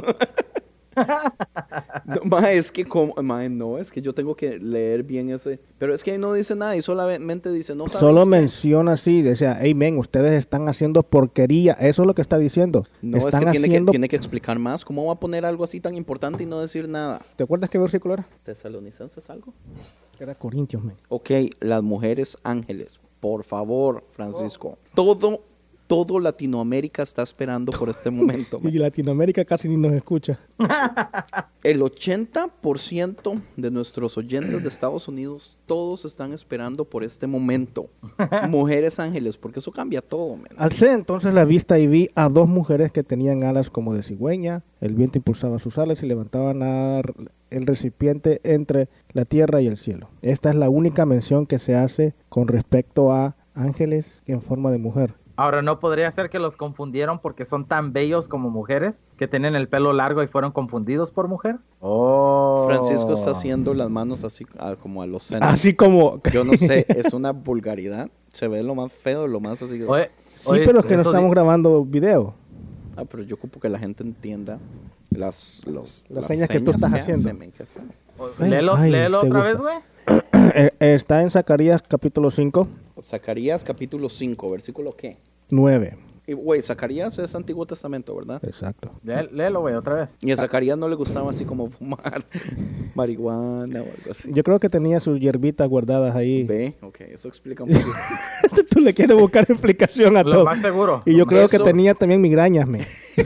No, ma, es que como, ma, no, es que yo tengo que leer bien ese. Pero es que ahí no dice nada y solamente dice, no sabes Solo qué? menciona así, decía, hey, men, ustedes están haciendo porquería. Eso es lo que está diciendo. No, es están que tiene, que haciendo... tiene que explicar más. ¿Cómo va a poner algo así tan importante y no decir nada? ¿Te acuerdas qué versículo era? ¿Tesalonicenses algo? Era Corintios, men. Ok, las mujeres ángeles. Por favor, Francisco. Todo todo Latinoamérica está esperando por este momento. Y Latinoamérica casi ni nos escucha. El ochenta por ciento de nuestros oyentes de Estados Unidos, todos están esperando por este momento. Mujeres ángeles, porque eso cambia todo, man. Alcé entonces la vista y vi a dos mujeres que tenían alas como de cigüeña. El viento impulsaba sus alas y levantaban a el recipiente entre la tierra y el cielo. Esta es la única mención que se hace con respecto a ángeles en forma de mujer. Ahora, ¿no podría ser que los confundieron porque son tan bellos como mujeres? Que tienen el pelo largo y fueron confundidos por mujer. Oh. Francisco está haciendo las manos así ah, como a los senos. Así como... Yo no sé, es una vulgaridad. Se ve lo más feo, lo más así. Oye, Sí, oye, pero es que no eso estamos di- grabando video. Ah, pero yo ocupo que la gente entienda las, los, Las señas que tú estás haciendo. hacen, men, qué feo. Léelo, Ay, léelo te otra gusta. vez, güey. Eh, Está en Zacarías capítulo cinco, Zacarías capítulo cinco, versículo ¿qué? nueve. Y, güey, Zacarías es Antiguo Testamento, ¿verdad? Exacto. Lé- Léelo, güey, otra vez. Y a Zacarías no le gustaba así como fumar marihuana o algo así. Yo creo que tenía sus hierbitas guardadas ahí. Ve, ok, eso explica un poquito. Tú le quieres buscar explicación a Lo todo. más seguro. Y yo creo Eso- que tenía también migrañas, me.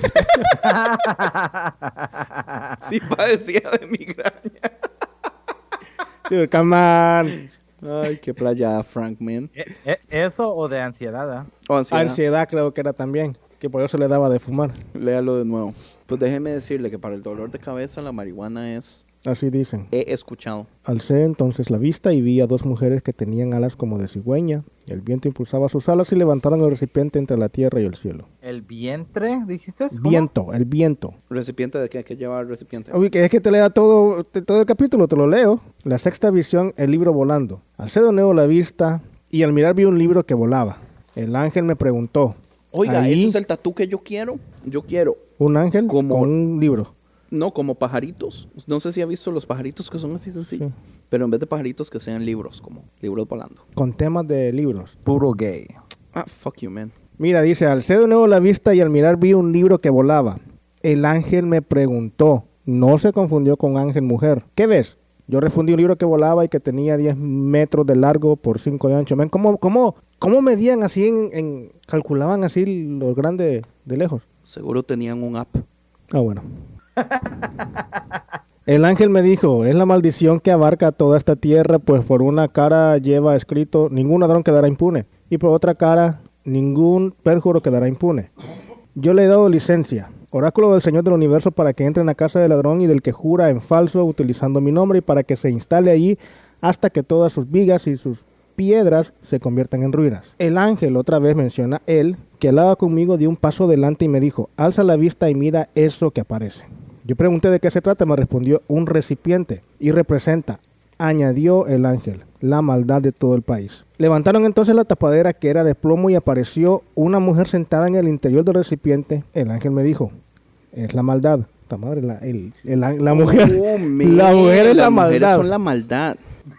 Sí padecía de migraña. Dude, come on. Ay, qué playa, Frank, man. E- e- Eso o de ansiedad, ¿eh? O ansiedad. Ansiedad creo que era también, que por eso le daba de fumar. Léalo de nuevo. Pues déjeme decirle que para el dolor de cabeza la marihuana es... Así dicen. He escuchado. Alcé entonces la vista y vi a dos mujeres que tenían alas como de cigüeña. El viento impulsaba sus alas y levantaron el recipiente entre la tierra y el cielo. ¿El vientre, dijiste? ¿Cómo? Viento, el viento. ¿Recipiente de qué? ¿Qué lleva el recipiente? Oye, que es que te lea todo, te- todo el capítulo, te lo leo. La sexta visión, el libro volando. Alcé de nuevo la vista y al mirar vi un libro que volaba. El ángel me preguntó. Oiga, ahí, ese es el tatú que yo quiero. Yo quiero. un ángel como- con un libro. No, como pajaritos. No sé si ha visto los pajaritos que son así sencillos. Sí. Pero en vez de pajaritos que sean libros, como libros volando. Con temas de libros. Puro gay. Ah, fuck you, man. Mira, dice, alcé de nuevo la vista y al mirar vi un libro que volaba. El ángel me preguntó, no se confundió con ángel mujer. ¿Qué ves? Yo respondí un libro que volaba y que tenía diez metros de largo por cinco de ancho. Men, ¿cómo, cómo, cómo medían así, en, en- calculaban así lo grande de lejos? Seguro tenían un app. Ah, bueno. El ángel me dijo, es la maldición que abarca toda esta tierra, pues por una cara lleva escrito, ningún ladrón quedará impune, y por otra cara, ningún perjuro quedará impune. Yo le he dado licencia, oráculo del Señor del Universo, para que entre en la casa del ladrón y del que jura en falso utilizando mi nombre, y para que se instale allí hasta que todas sus vigas y sus piedras se conviertan en ruinas. El ángel otra vez menciona él, que hablaba conmigo, dio un paso adelante y me dijo, alza la vista y mira eso que aparece. Yo pregunté de qué se trata, me respondió un recipiente y representa, añadió el ángel, la maldad de todo el país. Levantaron entonces la tapadera que era de plomo y apareció una mujer sentada en el interior del recipiente. El ángel me dijo, es la maldad. Esta madre, la, el- el- la mujer, Oh, man. la mujer es la Las mujeres maldad. son la maldad.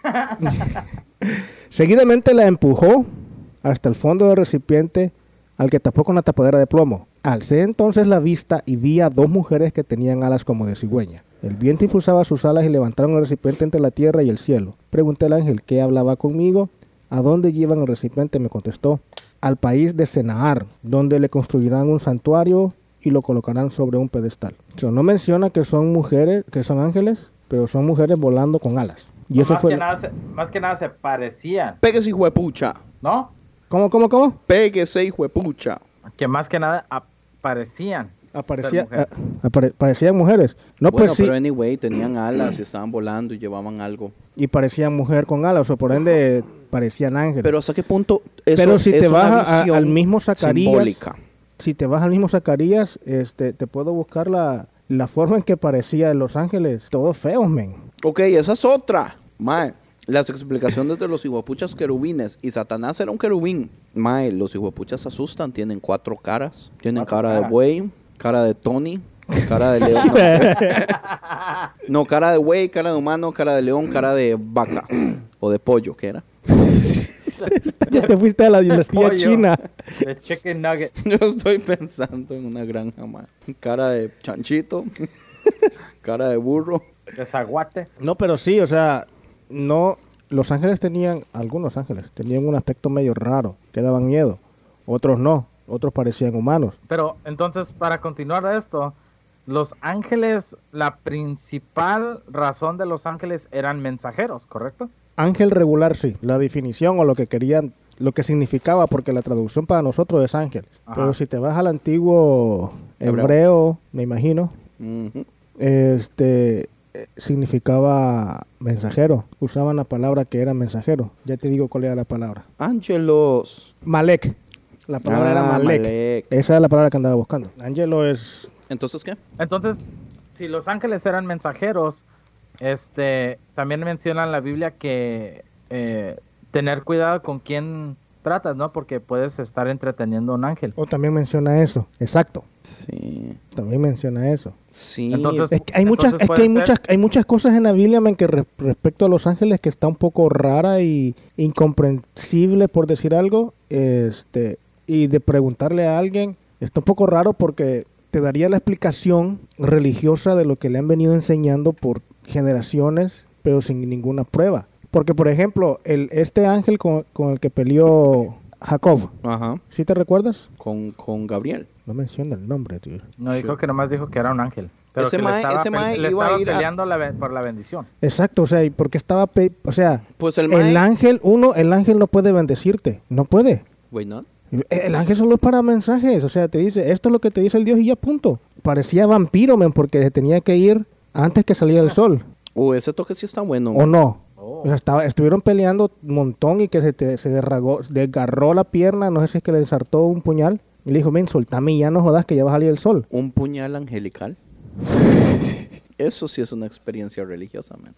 Seguidamente la empujó hasta el fondo del recipiente al que tapó con la tapadera de plomo. Alcé entonces la vista y vi a dos mujeres que tenían alas como de cigüeña. El viento impulsaba sus alas y levantaron el recipiente entre la tierra y el cielo. Pregunté al ángel qué hablaba conmigo. ¿A dónde llevan el recipiente? Me contestó. Al país de Senaar, donde le construirán un santuario y lo colocarán sobre un pedestal. So, no menciona que son mujeres, que son ángeles, pero son mujeres volando con alas. Y eso más, fue... que nada se, más que nada se parecían, Pégase, hijo de pucha. ¿no? ¿Cómo, cómo, cómo? Pégase, hijo de pucha. Que más que nada aparecían. Aparecía, Ser mujer. a- apare- parecían mujeres. No, Bueno, pues sí. pero anyway, tenían alas y estaban volando y llevaban algo. Y parecían mujer con alas, o por ende parecían ángeles. Pero ¿hasta qué punto eso Pero si es te una vas a- visión al mismo Zacarías, simbólica? Si te vas al mismo Zacarías, este, te puedo buscar la, la forma en que parecían los ángeles. Todos feos, men. Ok, esa es otra. Mae, las explicaciones de los hijuepuchas querubines. Y Satanás era un querubín. Mae, los hijuepuchas asustan. Tienen cuatro caras. Tienen Cuatro cara de caras. buey, cara de Tony, cara de león. No, cara de buey, cara de humano, cara de león, cara de vaca. O de pollo, ¿qué era? Ya te fuiste a la dinastía Pollo. china. The chicken nugget. Yo estoy pensando en una granja, mae. Cara de chanchito, cara de burro. De zaguate. No, pero sí, o sea, no. Los ángeles tenían, algunos ángeles, tenían un aspecto medio raro, que daban miedo. Otros no. otros parecían humanos. Pero entonces, para continuar esto, los ángeles, la principal razón de los ángeles eran mensajeros, ¿correcto? Ángel regular, sí. La definición o lo que querían, lo que significaba, porque la traducción para nosotros es ángel. Ajá. Pero si te vas al antiguo hebreo, Hebreo. me imagino, Ujú. este eh, significaba mensajero. Usaban la palabra que era mensajero. Ya te digo cuál era la palabra. Ángelos. Malek. La palabra Ah, era Malek. Malek. Esa es la palabra que andaba buscando. Ángelo es... Entonces, ¿qué? Entonces, si los ángeles eran mensajeros, este, también menciona en la Biblia que eh, tener cuidado con quién tratas, ¿no? Porque puedes estar entreteniendo a un ángel. O también menciona eso. Exacto. Sí. También menciona eso. Sí. Entonces, Es que hay muchas, Entonces es que puede hay ser- muchas, hay muchas cosas en la Biblia, man, que re- respecto a los ángeles que está un poco rara y incomprensible, por decir algo, este, y de preguntarle a alguien, está un poco raro porque te daría la explicación religiosa de lo que le han venido enseñando por generaciones, pero sin ninguna prueba. Porque, por ejemplo, el, este ángel con, con el que peleó Jacob, Ajá. ¿sí te recuerdas? Con, con Gabriel. No menciona el nombre, tío. No, dijo que nomás dijo que era un ángel. Pero Ese que le mae- estaba, ese pe- mae le iba a estaba ir a- peleando la ben- por la bendición. Exacto, o sea, y porque estaba, pe- o sea, Pues el el mae... ángel, uno, el ángel no puede bendecirte, no puede. Wait, ¿no? El ángel solo es para mensajes, o sea, te dice, esto es lo que te dice el Dios y ya, punto. Parecía vampiro, men, porque se tenía que ir antes que saliera el sol, Uh, ese toque sí está bueno. o no. Oh. O sea, estaba, estuvieron peleando un montón y que se, te, se derragó, desgarró la pierna, no sé si es que le ensartó un puñal. Y le dijo, ven, soltame y ya no jodas que ya va a salir el sol. Un puñal angelical. Eso sí es una experiencia religiosa, man.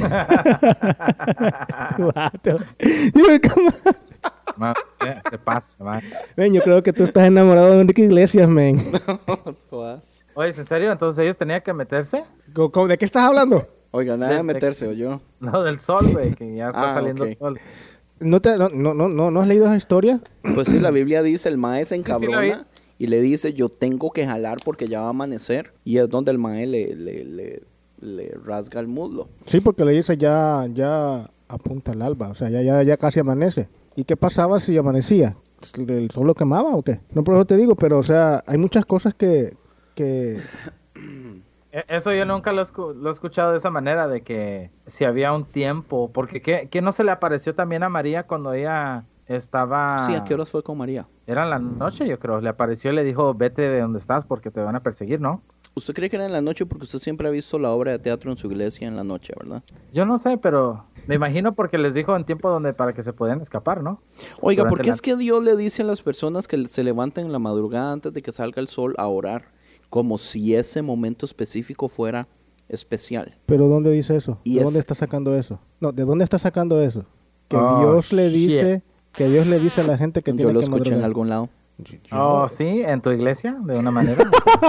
Vato. Yo, ¿cómo? Ma, se, se pasa, ma. Men, yo creo que tú estás enamorado de Enrique Iglesias, men. Jodas. Oye, ¿en serio? Entonces ellos tenían que meterse. ¿Cómo- cómo- ¿De qué estás hablando? Oiga, nada de De- de- meterse, o yo. Lo del sol, güey, que ya está Ah, saliendo ok. el sol. ¿No, te, no, no, no, no, ¿No has leído esa historia? Pues sí, la Biblia dice, el mae se sí lo encabrona vi. y le dice, yo tengo que jalar porque ya va a amanecer. Y es donde el mae le, le, le, le rasga el muslo. Sí, porque le dice ya, ya apunta el alba, o sea, ya, ya, ya casi amanece. ¿Y qué pasaba si amanecía? ¿El sol lo quemaba o qué? No, por eso te digo, pero o sea, hay muchas cosas que... que E- Eso yo nunca lo, escu- lo he escuchado de esa manera, de que si había un tiempo, porque ¿qué, qué no se le apareció también a María cuando ella estaba... Sí, ¿a qué horas fue con María? Era en la noche, yo creo. Le apareció y le dijo, vete de donde estás porque te van a perseguir, ¿no? ¿Usted cree que era en la noche? Porque usted siempre ha visto la obra de teatro en su iglesia en la noche, ¿verdad? Yo no sé, pero me imagino porque les dijo en tiempo donde para que se podían escapar, ¿no? Oiga, Durante ¿por qué la- es que Dios le dice a las personas que se levanten en la madrugada antes de que salga el sol a orar? Como si ese momento específico fuera especial. ¿Pero dónde dice eso? Y ¿De es- dónde está sacando eso? No, ¿de dónde está sacando eso? Que Oh, Dios le shit. dice... Que Dios le dice a la gente que Yo tiene lo que escuché en madrugar. algún lado. Yo- Oh, sí, en tu iglesia, de una manera.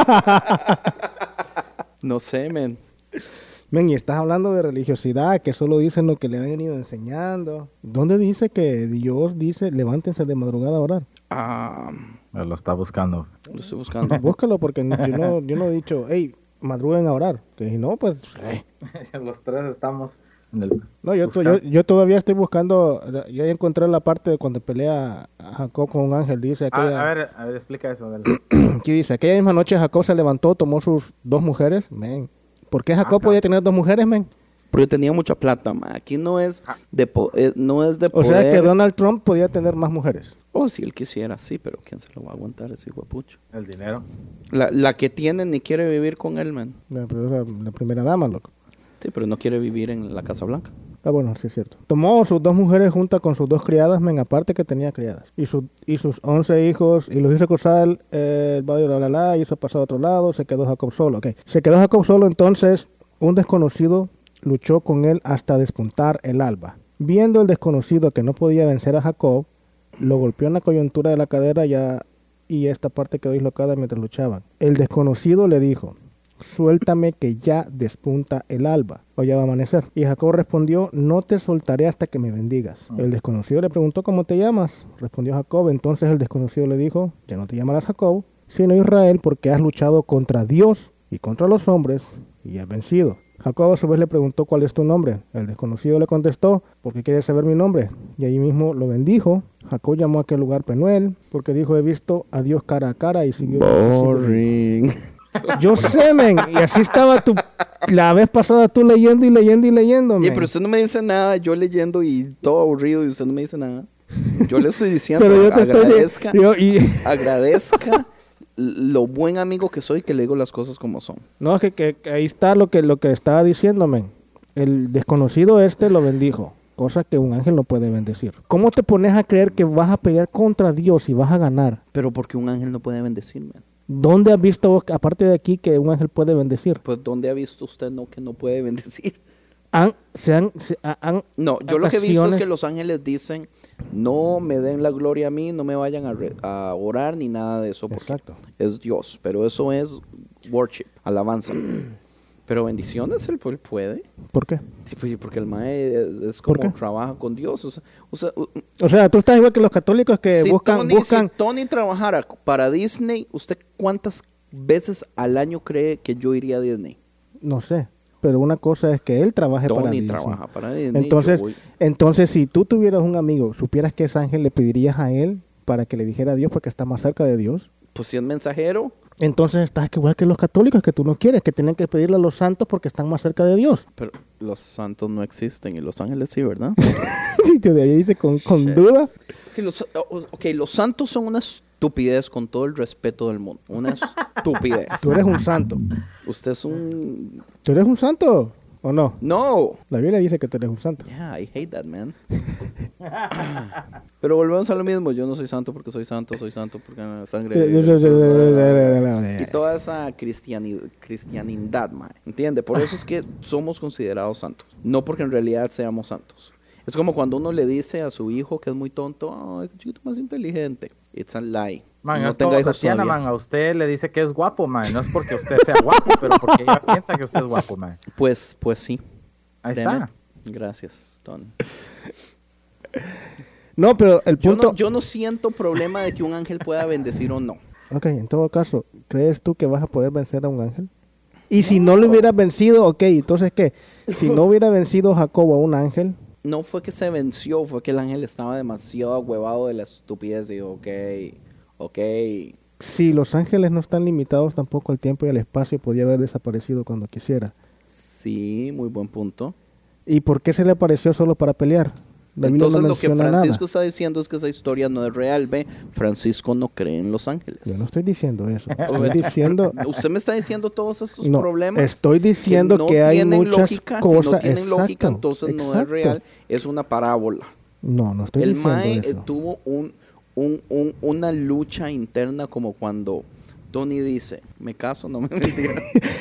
No sé, men. Men, y estás hablando de religiosidad, que solo dicen lo que le han venido enseñando. ¿Dónde dice que Dios dice, levántense de madrugada a orar? Ah, Lo está buscando. lo estoy buscando. Búscalo, porque yo no, yo no he dicho, hey, madruguen a orar. Que si no, pues... eh. Los tres estamos en el... No, yo, buscar. yo, yo todavía estoy buscando, ya encontré la parte de cuando pelea a Jacob con un ángel. Dice Ah, aquella, a ver, a ver, explica eso. Del... aquí dice, aquella misma noche Jacob se levantó, tomó sus dos mujeres. Men, ¿por qué Jacob Ajá. podía tener dos mujeres, men? Porque tenía mucha plata, man. Aquí no es de, po- eh, no es de O poder. sea que Donald Trump podía tener más mujeres. Oh, si él quisiera, sí, pero ¿quién se lo va a aguantar ese hijo de pucho? El dinero. La, la que tiene ni quiere vivir con él, man. La, la- la primera dama, loco. Sí, pero no quiere vivir en la Casa Blanca. Ah, bueno, sí es cierto. Tomó sus dos mujeres juntas con sus dos criadas, men, aparte que tenía criadas. Y, su, y sus once hijos, y los hizo cruzar el, el valle de la la, hizo pasar a otro lado, se quedó Jacob solo. Ok. Se quedó Jacob solo, entonces un desconocido luchó con él hasta despuntar el alba. Viendo el desconocido que no podía vencer a Jacob, lo golpeó en la coyuntura de la cadera ya, y esta parte quedó dislocada mientras luchaban. El desconocido le dijo, suéltame que ya despunta el alba, o ya va a amanecer. Y Jacob respondió, no te soltaré hasta que me bendigas. El desconocido le preguntó, ¿cómo te llamas? Respondió Jacob. Entonces el desconocido le dijo, ya no te llamarás Jacob, sino Israel, porque has luchado contra Dios y contra los hombres y has vencido. Jacob a su vez le preguntó cuál es tu nombre. El desconocido le contestó, ¿por qué quieres saber mi nombre? Y allí mismo lo bendijo. Jacob llamó a aquel lugar Penuel, porque dijo, he visto a Dios cara a cara y siguió. Boring. Yo sé, men, y así estaba tú, la vez pasada tú leyendo y leyendo y leyendo, Sí, men. pero usted no me dice nada, yo leyendo y todo aburrido y usted no me dice nada. Yo le estoy diciendo, Pero yo te agradezca, estoy... yo- y- agradezca lo buen amigo que soy que le digo las cosas como son. No, es que, que- que ahí está lo que, lo que estaba diciendo, men. El desconocido este lo bendijo, cosa que un ángel no puede bendecir. ¿Cómo te pones a creer que vas a pelear contra Dios y vas a ganar? Pero porque un ángel no puede bendecirme. ¿Dónde has visto vos, aparte de aquí, que un ángel puede bendecir? Pues ¿dónde ha visto usted no que no puede bendecir? Han, se han, se ha- han- No, yo lo que he visto es ocasiones- que los ángeles dicen, no me den la gloria a mí, no me vayan a, re- a orar ni nada de eso, porque Exacto. es Dios, pero eso es worship, alabanza. Pero bendiciones él, él puede, ¿Por qué? Sí, pues, porque el mae es, es ¿Por como qué? trabaja con Dios. O sea, o sea, u- O sea, tú estás igual que los católicos que si, buscan... Tony, buscan si Tony trabajara para Disney, ¿usted cuántas veces al año cree que yo iría a Disney? No sé, pero una cosa es que él trabaje para Tony Disney. trabaja para Disney. Entonces, yo voy- entonces, si tú tuvieras un amigo, supieras que ese ángel le pedirías a él para que le dijera a Dios porque está más cerca de Dios. pues si es mensajero, Entonces estás igual que los católicos que tú no quieres, que tienen que pedirle a los santos porque están más cerca de Dios. pero los santos no existen y los ángeles sí, ¿verdad? Sí, todavía dice con, con Shit. duda. Sí, los, o- ok, los santos son una estupidez con todo el respeto del mundo. Una estupidez. Tú eres un santo. Usted es un... ¿Tú eres un santo o no? No. La Biblia dice que tú eres un santo. Yeah, I hate that, man. Pero volvemos a lo mismo. Yo no soy santo porque soy santo, soy santo porque me sangre. Y toda esa cristiani cristianidad, man. ¿Entiende? Por eso es que somos considerados santos. No porque en realidad seamos santos. Es como cuando uno le dice a su hijo que es muy tonto, ay, qué chiquito más inteligente. It's a lie. Man, no es tenga como hijos Tatiana, todavía. man, a usted le dice que es guapo, man. No es porque usted sea guapo, pero porque ella piensa que usted es guapo, man. Pues, pues sí. Ahí Créeme. está. Gracias, Tony. No, pero el Yo punto... no, yo no siento problema de que un ángel pueda bendecir o no. Ok, en todo caso, ¿crees tú que vas a poder vencer a un ángel? Y si no le hubieras vencido, ok, entonces ¿qué? Si no hubiera vencido Jacobo a un ángel, No fue que se venció, fue que el ángel estaba demasiado agüevado de la estupidez. Dijo, ok, ok. si los ángeles no están limitados tampoco al tiempo y al espacio, podía haber desaparecido cuando quisiera. Sí, muy buen punto. ¿Y por qué se le apareció solo para pelear? La Biblia Entonces no lo que menciona Francisco nada. está diciendo es que esa historia no es real, ve. Francisco no cree en los ángeles. Yo no estoy diciendo eso. Estoy diciendo... Usted me está diciendo todos estos No, problemas. estoy diciendo no que hay tienen muchas lógica. cosas- Si no tienen lógica, exacto, entonces no es exacto. real. Es una parábola. No, no estoy El diciendo Mae eh, eso. tuvo un, un, un- una lucha interna como cuando Tony dice, me caso, no me mentira.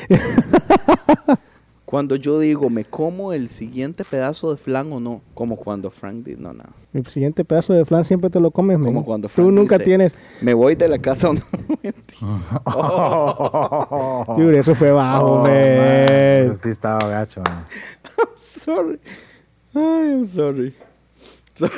Cuando yo digo, me como el siguiente pedazo de flan o no, como cuando Frank dice, no, no. El siguiente pedazo de flan siempre te lo comes, Como men. cuando Tú Frank nunca dice, tienes... me voy de la casa o no. Dude, eso fue bajo, Oh, men. man, eso sí estaba gacho, man. Sorry. Ay, I'm sorry. Sorry.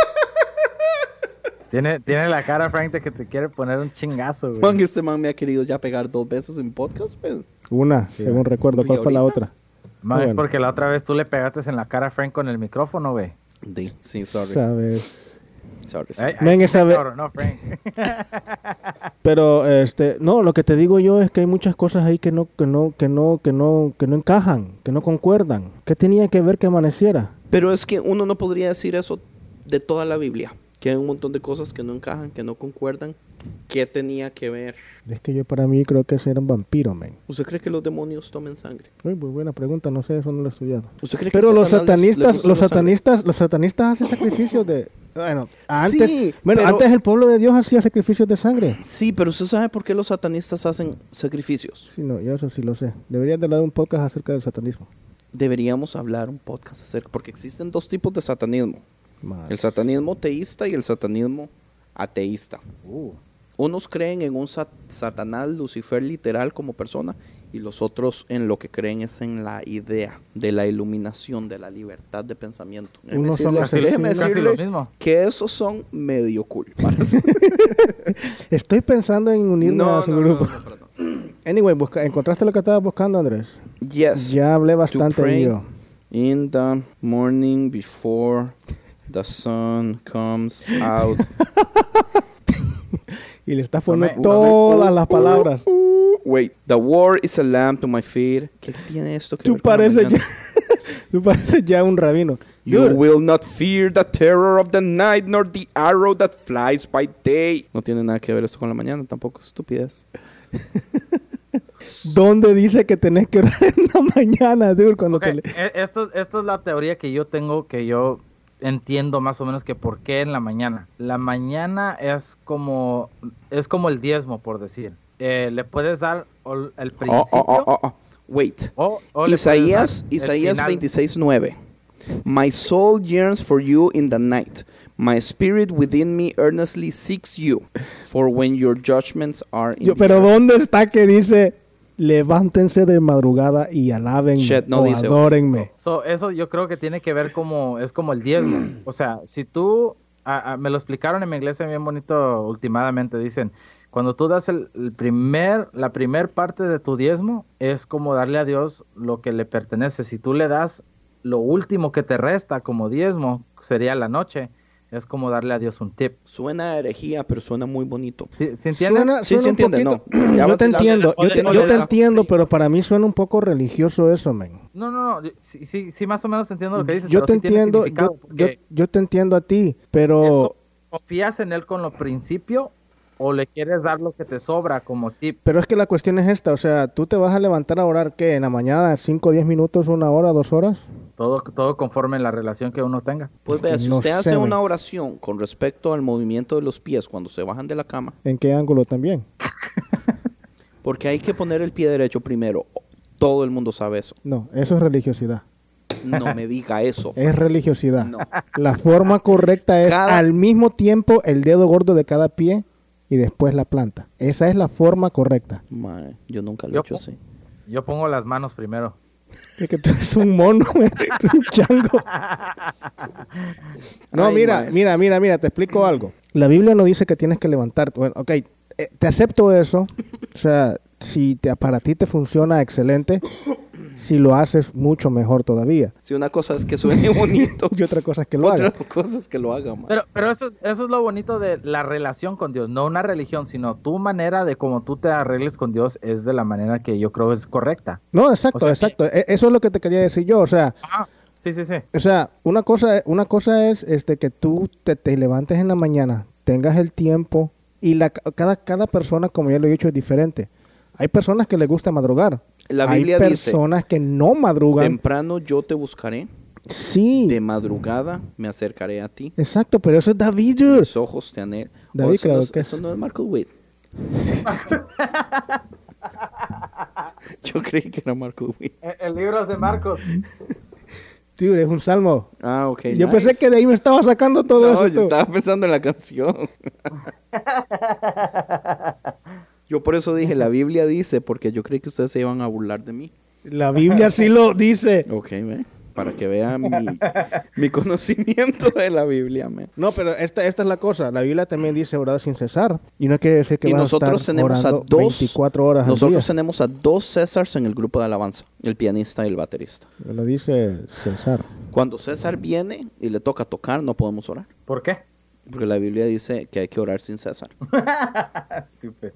Tiene, tiene la cara, Frank, de que te quiere poner un chingazo, güey. Man, este man me ha querido ya pegar dos veces en podcast, pues. Una, según recuerdo. ¿Y ¿Cuál fue la ahorita? otra? Man, es Bueno. porque la otra vez tú le pegaste en la cara a Frank con el micrófono, güey. Sí, sí, sorry. Sabes. Sorry, sorry. Ay, ay, Men, sí, esa vez- cabrón, no, Frank. Pero, este, no, lo que te digo yo es que hay muchas cosas ahí que no, que no, que no, que no, que no encajan, que no concuerdan. ¿Qué tenía que ver que amaneciera? Pero es que uno no podría decir eso de toda la Biblia. Que hay un montón de cosas que no encajan, que no concuerdan. ¿Qué tenía que ver? Es que yo para mí creo que ese era un vampiro, men. ¿Usted cree que los demonios tomen sangre? Uy, muy buena pregunta, no sé, eso no lo he estudiado. ¿Usted cree que Pero los Satanás les- les satanistas, gusta los la sangre? satanistas, los satanistas hacen sacrificios de, bueno, antes, Sí, bueno, pero- antes el pueblo de Dios hacía sacrificios de sangre. Sí, pero ¿usted sabe por qué los satanistas hacen sacrificios? Sí, no, yo eso sí lo sé. Deberías de hablar un podcast acerca del satanismo. Deberíamos hablar un podcast acerca, porque existen dos tipos de satanismo. Mal. El satanismo teísta y el satanismo ateísta. Uh, Unos creen en un sat- Satanás, Lucifer literal como persona, y los otros en lo que creen es en la idea de la iluminación, de la libertad de pensamiento. Déjeme Unos son decirle- los déjeme asesinos. casi decirle lo mismo. que esos son medio cool. parece. Estoy pensando en unirme No, a su no, no, grupo. no, perdón. Anyway, busca, ¿encontraste lo que estabas buscando, Andrés? Yes. Ya hablé To bastante pray yo. in the morning before the sun comes out. Y le estás No me- poniendo no me- todas las palabras. Wait, the word is a lamp to my feet. ¿Qué tiene esto que Tú ver con la pareces mañana? ya, tú pareces ya un rabino. You Dude, will not fear the terror of the night, nor the arrow that flies by day. No tiene nada que ver esto con la mañana, tampoco es estupidez. ¿dónde dice que tenés que orar en la mañana, dude? Cuando Ok, te le- e- esto, esto es la teoría que yo tengo, que yo entiendo más o menos que por qué en la mañana. La mañana es como, es como el diezmo, por decir. Eh, le puedes dar ol- el Oh, principio oh, oh, oh. Wait. o, o le puedes Isaías, dar el Isaías final. veintiséis nueve. My soul yearns for you in the night. My spirit within me earnestly seeks you. For when your judgments are in Yo, the pero earth. ¿dónde está que dice levántense de madrugada y alábenme Shit, no o dice. adórenme? So, eso yo creo que tiene que ver como, es como el diezmo. O sea, si tú, a- a- me lo explicaron en mi iglesia bien bonito últimamente, dicen, cuando tú das el, el primer, la primer parte de tu diezmo, es como darle a Dios lo que le pertenece. Si tú le das lo último que te resta como diezmo, sería la noche, es como darle a Dios un tip. Suena a herejía, pero suena muy bonito. ¿Sí, ¿sí entiendes? Suena, Sí, suena sí un entiende, poquito- no. Ya Yo vas te a la- entiendo, o yo de- te, o yo de te la- entiendo, pero para mí suena un poco religioso eso, men. No, no, no, sí, sí, sí, más o menos te entiendo lo que dices, Yo pero te sí tiene entiendo, yo, significado, yo, porque yo te entiendo a ti, es pero como, ¿confías en él con lo principio o le quieres dar lo que te sobra como tip? pero es que la cuestión es esta, o sea, tú te vas a levantar a orar, ¿qué? ¿En la mañana, cinco, diez minutos, una hora, dos horas? Todo, todo conforme en la relación que uno tenga. Pues vea, si No usted sé, hace men. una oración con respecto al movimiento de los pies cuando se bajan de la cama, ¿En qué ángulo también? porque hay que poner el pie derecho primero. Todo el mundo sabe eso. No, eso es religiosidad. No me diga eso. Es religiosidad. No. La forma correcta es Cada- al mismo tiempo el dedo gordo de cada pie y después la planta. Esa es la forma correcta. Mae, yo nunca lo he Yo hecho po- así. Yo pongo las manos primero. Es que tú eres un mono, un chango. No, Ay, mira, maes. mira, mira, mira, te explico algo. La Biblia no dice que tienes que levantarte. Bueno, ok, eh, te acepto eso. O sea, si te- para ti te funciona, excelente. Si lo haces, mucho mejor todavía. Si una cosa es que suene bonito, Y otra cosa es que lo otra hagas. cosa es que lo haga, mae. Pero, pero eso, es, eso es lo bonito de la relación con Dios. No una religión, sino tu manera de cómo tú te arregles con Dios es de la manera que yo creo es correcta. No, exacto, O sea, exacto. E- Eso es lo que te quería decir yo. O sea, Ajá. Sí, sí, sí. O sea, una cosa, una cosa es este que tú te, te levantes en la mañana, tengas el tiempo y la, cada, cada persona, como ya lo he dicho, es diferente. Hay personas que les gusta madrugar. La Hay Biblia dice, personas que no madrugan. temprano yo te buscaré, Sí, de madrugada me acercaré a ti, exacto, pero eso es David. dude. mis ojos te anhelan. David, eso, claro no es, que- eso no es Marcus Witt. Yo creí que era Marcus Witt. El, el libro de Marcos. Dude, es un salmo. Ah, ok. Yo nice. pensé que de ahí me estaba sacando todo No, eso. yo tú. estaba pensando en la canción. Yo por eso dije, la Biblia dice, porque yo creí que ustedes se iban a burlar de mí. La Biblia sí lo dice. Ok, ve, para que vean mi, mi conocimiento de la Biblia, me. No, pero esta, esta es la cosa. La Biblia también dice orar sin cesar. Y no quiere decir que Y vas nosotros a estar tenemos a orando dos, veinticuatro horas nosotros al día. tenemos a dos Césars en el grupo de alabanza, el pianista y el baterista. Lo dice César. Cuando César viene y le toca tocar, no podemos orar, ¿Por qué? porque la Biblia dice que hay que orar sin César. Estúpido.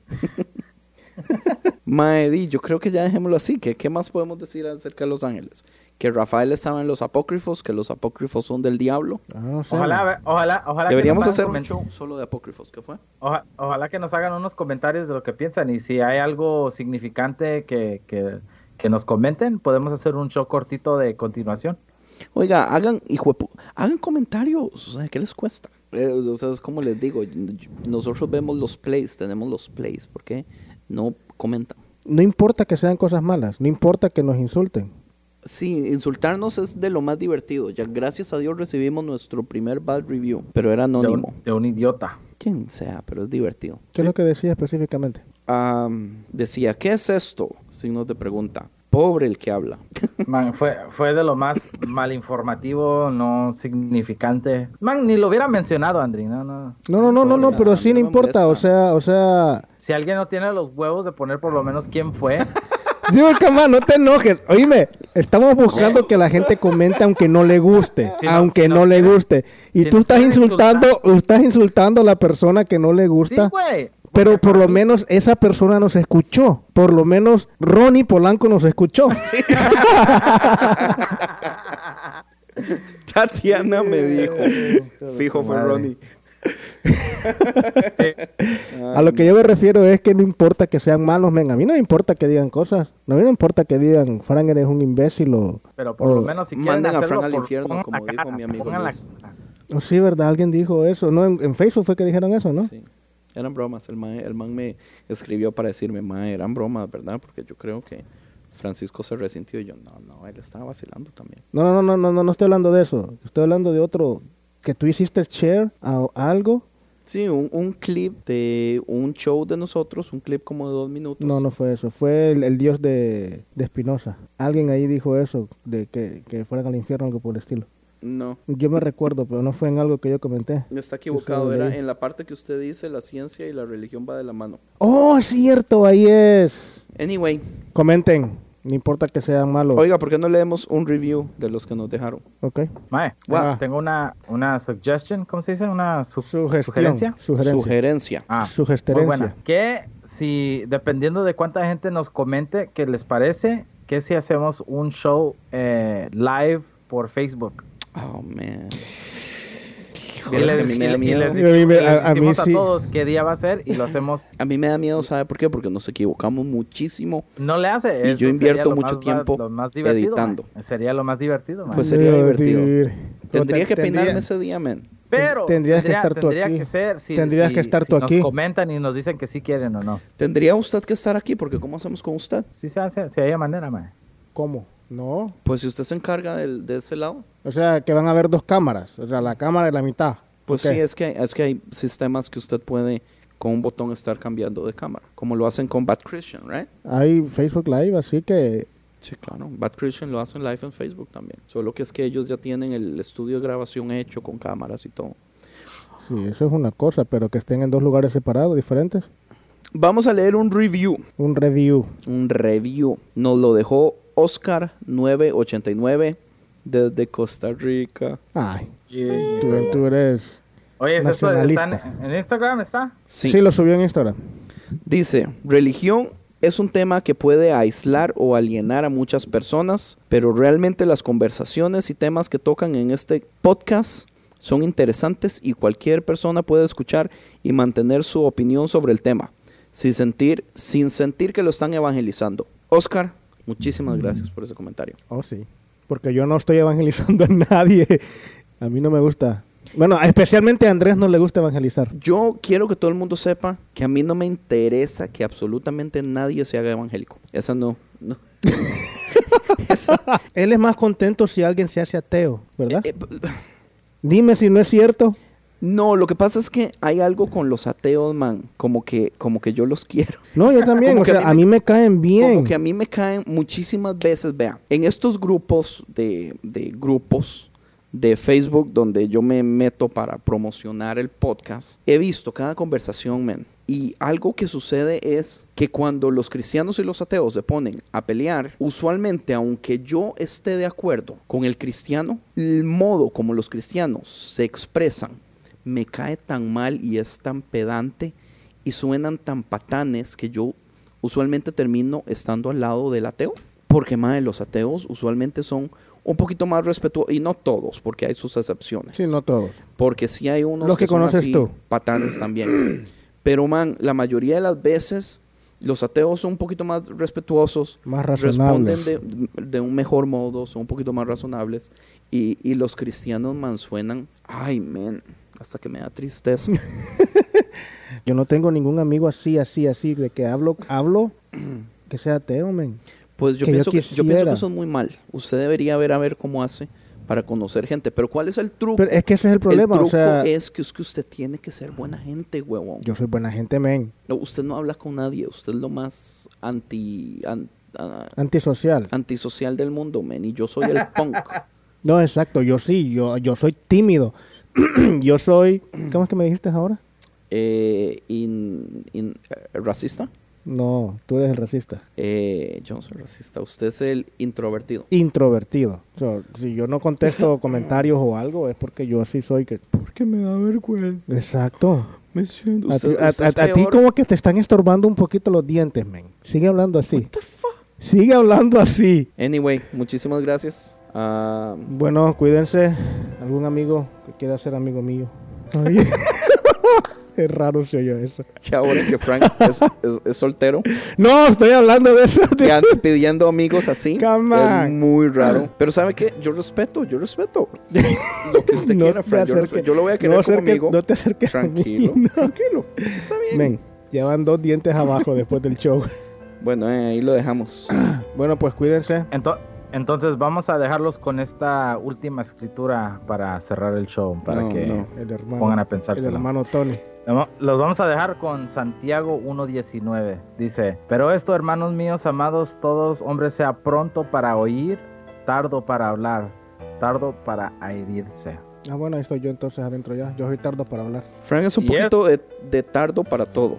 Maedi, yo creo que ya dejémoslo así. ¿Qué, ¿Qué más podemos decir acerca de los ángeles? Que Rafael estaba en los apócrifos, que los apócrifos son del diablo. Ah, no sé. Ojalá, ojalá, ojalá Deberíamos que nos hacer hagan un coment- show solo de apócrifos. ¿Qué fue? oja- ojalá que nos hagan unos comentarios de lo que piensan y si hay algo significante que, que, que nos comenten, podemos hacer un show cortito de continuación. Oiga, hagan, hijo de pu- hagan comentarios. O sea, ¿qué les cuesta? Eh, o sea, es como les digo, nosotros vemos los plays, tenemos los plays. ¿Por qué no comentan? No importa que sean cosas malas, no importa que nos insulten. Sí, insultarnos es de lo más divertido. Ya gracias a Dios recibimos nuestro primer bad review, pero era De anónimo. un, de un idiota. Quien sea, pero es divertido. ¿Qué es lo que decía específicamente? Am, decía, ¿qué es esto? Signos de pregunta. pobre el que habla. Man, fue, fue de lo más malinformativo, no significante. Man, ni lo hubiera mencionado, Andri, no, no. No, no, no, no, no, pero sí no importa, o sea, o sea... Si alguien no tiene los huevos de poner por lo menos quién fue... Sí, cama, no te enojes. Oíme, estamos buscando que la gente comente aunque no le guste, si no, aunque si no, no le quiere, guste. Y si tú no estás quiere insultando, insultar. estás insultando a la persona que no le gusta. Sí, güey. Pero por lo menos esa persona nos escuchó. Por lo menos Ronnie Polanco nos escuchó. Sí. Tatiana me dijo. Fijo fue Ronnie. A lo que yo me refiero es que no importa que sean malos, men. A mí no me importa que digan cosas. No a mí no me importa que digan, Frank, eres un imbécil o... Pero por o- lo menos si quieren Manden a hacerlo, Frank al por- infierno, pongan como la dijo cara, mi amigo pongan la Luis. cara. Oh, sí, ¿verdad? Alguien dijo eso. No, en, en Facebook fue que dijeron eso, ¿no? Sí, eran bromas. El man, el man me escribió para decirme, ma, eran bromas, ¿verdad? Porque yo creo que Francisco se resintió y yo, no, no, él estaba vacilando también. No, no, no, no, no, no estoy hablando de eso. Estoy hablando de otro, que tú hiciste share a, a algo. Sí, un, un clip de un show de nosotros, un clip como de dos minutos. No, no fue eso. Fue el, el dios de, de Espinosa. Alguien ahí dijo eso, de que, que fueran al infierno, algo por el estilo. No, Yo me recuerdo, pero no fue en algo que yo comenté. está equivocado. Eso Era leí. en la parte que usted dice, la ciencia y la religión va de la mano. Oh, cierto, ahí es. Anyway, Comenten, no importa que sean malos. oiga, ¿por qué no leemos un review de los que nos dejaron? Ok. Mae, Ah. tengo una, una suggestion, ¿cómo se dice? Una su- Sugestión. sugerencia. Sugerencia. Sugerencia. Ah, muy Sugesterencia. buena. Que si, dependiendo de cuánta gente nos comente qué les parece, que si hacemos un show eh, live por Facebook. Oh, man. Y Vieras que a les, mí me da y miedo. les A mí me- decimos, les a- a mí decimos a sí. todos qué día va a ser y lo hacemos. A mí me da miedo, ¿sabe por qué? Porque nos equivocamos muchísimo. No le hace. Y eso yo invierto sería lo mucho más- tiempo lo más divertido, editando. mae. Sería lo más divertido, mae. Pues sería divertido. Pero Tendría te- que peinarme tendría- ese día, man. Pero Tendrías que tendría, estar tú tendría aquí. que ser si, Tendrías si- que estar si tú nos aquí. comentan y nos dicen que sí quieren o no. Tendría usted que estar aquí, porque ¿cómo hacemos con usted? Sí se hace, si hay manera, mae. ¿Cómo? No. Pues si usted se encarga del- de ese lado. O sea, que van a haber dos cámaras. O sea, la cámara y la mitad. Pues Ok. sí, es que, es que hay sistemas que usted puede con un botón estar cambiando de cámara, como lo hacen con Bad Christian, ¿right? Hay Facebook Live, así que... Sí, claro. Bad Christian lo hacen live en Facebook también. Solo que es que ellos ya tienen el estudio de grabación hecho con cámaras y todo. Sí, eso es una cosa, pero que estén en dos lugares separados, diferentes. Vamos a leer un review. Un review. Un review. Nos lo dejó Oscar nueve ochenta y nueve desde Costa Rica. Ay, tú, tú eres... Oye, ¿es esto está en, Nacionalista. en Instagram? ¿Está? Sí. Sí, lo subió en Instagram. Dice, religión es un tema que puede aislar o alienar a muchas personas, pero realmente las conversaciones y temas que tocan en este podcast son interesantes y cualquier persona puede escuchar y mantener su opinión sobre el tema, sin sentir, sin sentir que lo están evangelizando. Oscar, muchísimas gracias por ese comentario. Oh, sí. Porque yo no estoy evangelizando a nadie. A mí no me gusta. Bueno, especialmente a Andrés no le gusta evangelizar. Yo quiero que todo el mundo sepa que a mí no me interesa que absolutamente nadie se haga evangélico. Esa no, no. Esa, Él es más contento si alguien se hace ateo, ¿verdad? eh, eh, Dime si no es cierto. No, lo que pasa es que hay algo con los ateos, man, como que, como que yo los quiero. No, yo también. Como O que sea, a mí me caen bien. Como que a mí me caen muchísimas veces, vean, en estos grupos de, de grupos de Facebook donde yo me meto para promocionar el podcast, he visto cada conversación, man, y algo que sucede es que cuando los cristianos y los ateos se ponen a pelear, usualmente, aunque yo esté de acuerdo con el cristiano, el modo como los cristianos se expresan me cae tan mal y es tan pedante y suenan tan patanes que yo usualmente termino estando al lado del ateo. Porque, madre, los ateos usualmente son un poquito más respetuosos, y no todos, porque hay sus excepciones. Sí, no todos. Porque sí hay unos Los que son conoces así, tú. patanes también. Pero, man, la mayoría de las veces los ateos son un poquito más respetuosos, Más razonables. responden de, de un mejor modo, son un poquito más razonables. Y, y los cristianos, man, suenan, ay, man, hasta que me da tristeza. Yo no tengo ningún amigo así, así, así, de que hablo, hablo, que sea ateo, men. Pues yo Que yo pienso que, yo pienso quisiera. que eso es muy mal. Usted debería ver a ver cómo hace para conocer gente. Pero ¿cuál es el truco? Pero es que ese es el problema, el o truco sea, es que, es que usted tiene que ser buena gente, huevón. yo soy buena gente, men. No, usted no habla con nadie. Usted es lo más anti, an- uh, Antisocial. antisocial del mundo, man. Y yo soy el punk. No, exacto. Yo sí. Yo, yo soy tímido. Yo soy... ¿Cómo es que me dijiste ahora? Eh, in, in, uh, ¿Racista? No, tú eres el racista. Eh, yo no soy racista. Usted es el introvertido. Introvertido. So, si yo no contesto comentarios o algo, es porque yo sí soy que... Porque me da vergüenza. Exacto. Me siento... A, ti, Usted, a- usted a- es a ti peor. como que te están estorbando un poquito los dientes, men. Sigue hablando así. What the fuck? Sigue hablando así. Anyway, muchísimas gracias. Ah, Bueno, cuídense. ¿Algún amigo que quiera ser amigo mío? Ay. Es raro se oye eso. ya ahora que Frank es, es- es soltero, No, estoy hablando de eso. que ande pidiendo amigos así, Come es on. muy raro. Pero ¿sabe qué? Yo respeto, yo respeto lo que usted No quiera, te Frank. Yo, acerques- respeto. Yo lo voy a querer no como acerques- amigo. No te acerques a mí, Tranquilo, no. tranquilo. Está bien. Men, ya van dos dientes abajo después del show. Bueno, eh, ahí lo dejamos. Bueno, pues cuídense. Ento- entonces vamos a dejarlos con esta última escritura para cerrar el show, para No, que no. El hermano, pongan a el pensárselo. hermano Tony. Los vamos a dejar con Santiago uno diecinueve. Dice, pero esto, hermanos míos amados, todos hombres sea pronto para oír, tardo para hablar, tardo para herirse. Ah, bueno, ahí estoy yo entonces adentro ya. Yo soy tardo para hablar. Frank es un Y poquito de, de tardo para todo.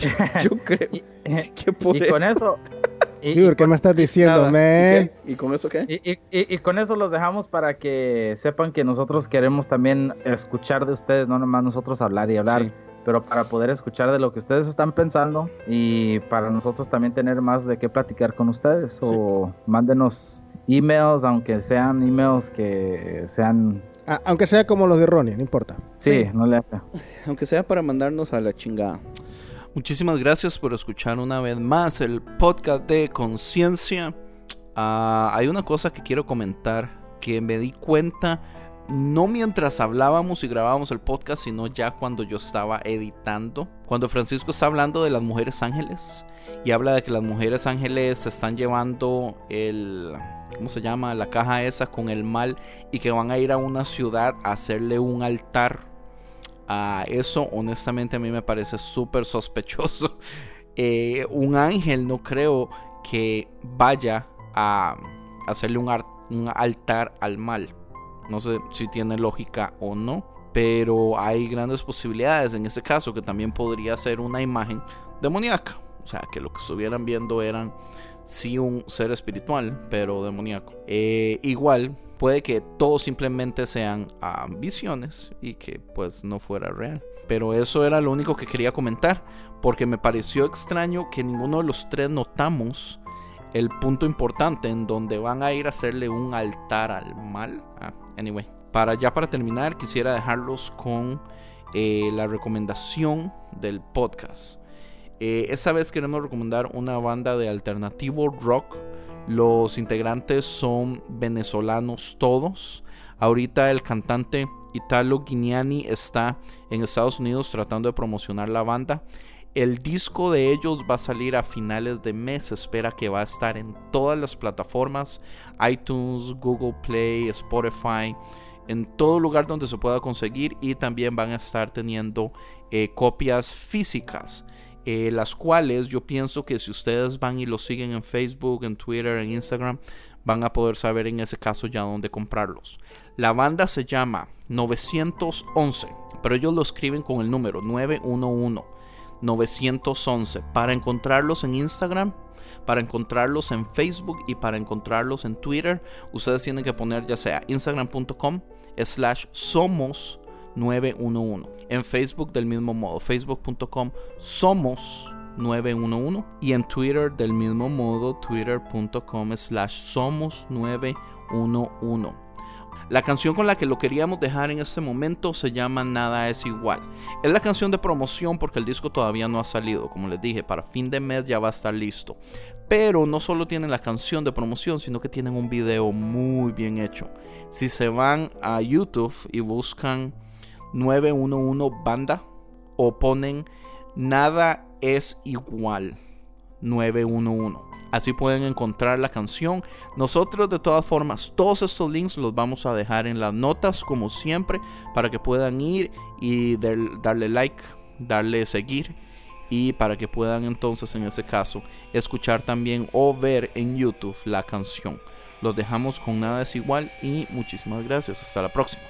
Yo creo Y, que por y con eso... y- Dude, y ¿qué con- me estás diciendo, Nada. man? ¿Y qué? ¿Y con eso qué? Y, y- y- y con eso los dejamos para que sepan que nosotros queremos también escuchar de ustedes, no nomás nosotros hablar y hablar, Sí. pero para poder escuchar de lo que ustedes están pensando y para nosotros también tener más de qué platicar con ustedes. O mándenos emails, aunque sean emails que sean... Ah, aunque sea como los de Ronnie, no importa. Sí, Sí. no le hace. Aunque sea para mandarnos a la chingada. Muchísimas gracias por escuchar una vez más el podcast de Conciencia. Ah, hay una cosa que quiero comentar que me di cuenta no mientras hablábamos y grabábamos el podcast, sino ya cuando yo estaba editando. Cuando Francisco está hablando de las mujeres ángeles y habla de que las mujeres ángeles se están llevando el... ¿Cómo se llama? La caja esa con el mal y que van a ir a una ciudad a hacerle un altar. Uh, eso honestamente a mí me parece súper sospechoso. Eh, un ángel no creo que vaya a hacerle un, ar- un altar al mal. No sé si tiene lógica o no, pero hay grandes posibilidades en ese caso que también podría ser una imagen demoníaca. O sea, que lo que estuvieran viendo eran sí un ser espiritual, pero demoníaco. Eh, igual puede que todos simplemente sean uh, visiones y que pues no fuera real. Pero eso era lo único que quería comentar, porque me pareció extraño que ninguno de los tres notamos el punto importante en donde van a ir a hacerle un altar al mal. Ah, anyway, para ya para terminar quisiera dejarlos con eh, la recomendación del podcast. Eh, esta vez queremos recomendar una banda de alternativo rock. Los integrantes son venezolanos todos. Ahorita el cantante Italo Guignani está en Estados Unidos tratando de promocionar la banda. El disco de ellos va a salir a finales de mes. Se espera que va a estar en todas las plataformas: iTunes, Google Play, Spotify, en todo lugar donde se pueda conseguir. Y también van a estar teniendo eh, copias físicas. Eh, las cuales yo pienso que si ustedes van y lo siguen en Facebook, en Twitter, en Instagram, van a poder saber en ese caso ya dónde comprarlos. La banda se llama novecientos once, pero ellos lo escriben con el número nueve uno uno, novecientos once. Para encontrarlos en Instagram, para encontrarlos en Facebook y para encontrarlos en Twitter, ustedes tienen que poner ya sea instagram punto com slash somos nueve uno uno. En Facebook del mismo modo, facebook punto com somos nueve uno uno. Y en Twitter del mismo modo, twitter punto com slash somos nueve uno uno. La canción con la que lo queríamos dejar en este momento se llama Nada es Igual. Es la canción de promoción porque el disco todavía no ha salido. Como les dije, para fin de mes ya va a estar listo. Pero no solo tienen la canción de promoción, sino que tienen un video muy bien hecho. Si se van a YouTube y buscan nueve uno uno banda o ponen Nada es Igual nueve uno uno, así pueden encontrar la canción. Nosotros de todas formas todos estos links los vamos a dejar en las notas como siempre, para que puedan ir y del, darle like, darle seguir y para que puedan entonces en ese caso escuchar también o ver en YouTube la canción. Los dejamos con Nada es Igual y muchísimas gracias. Hasta la próxima.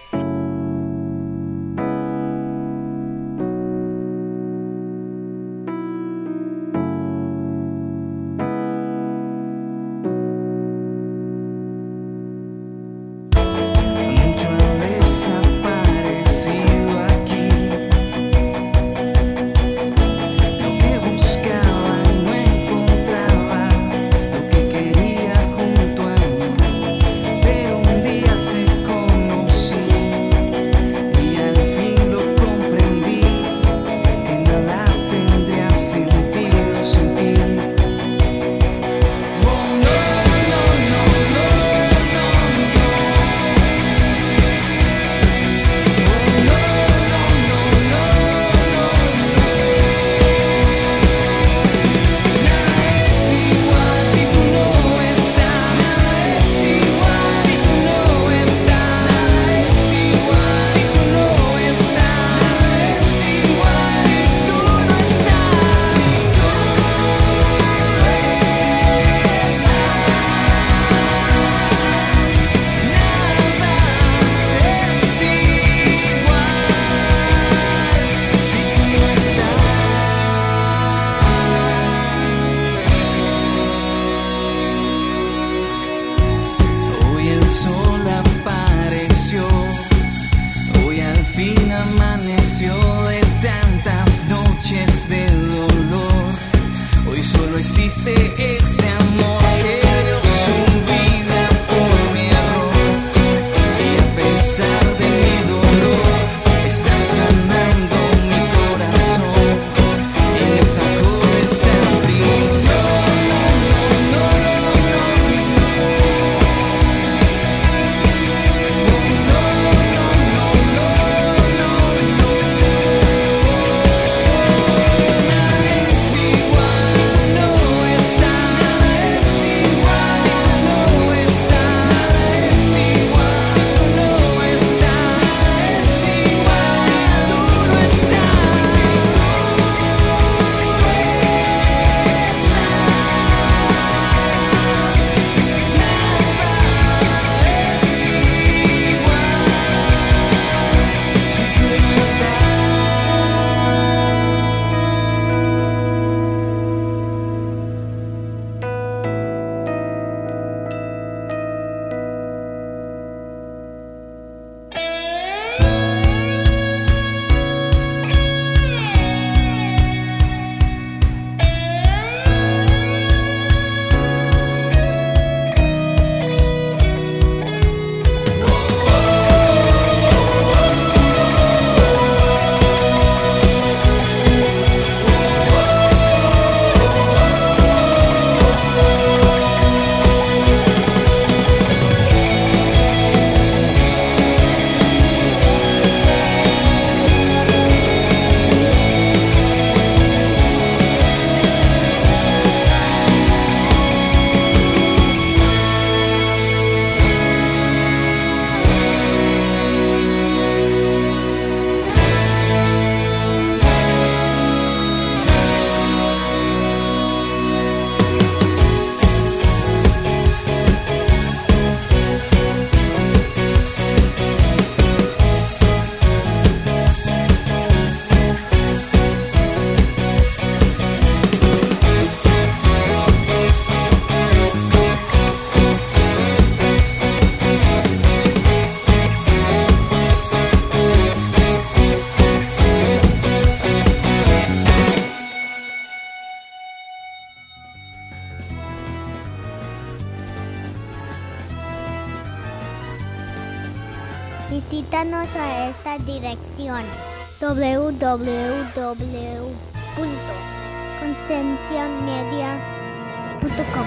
Visítanos a esta dirección doble u doble u doble u punto conciencia media punto com.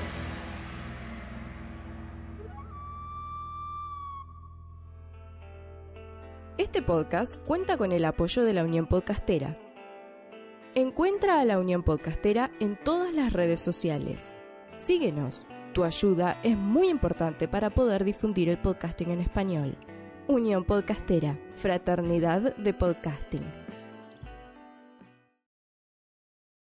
Este podcast cuenta con el apoyo de la Unión Podcastera. Encuentra a la Unión Podcastera en todas las redes sociales. Síguenos. Tu ayuda es muy importante para poder difundir el podcasting en español. Unión Podcastera, Fraternidad de Podcasting.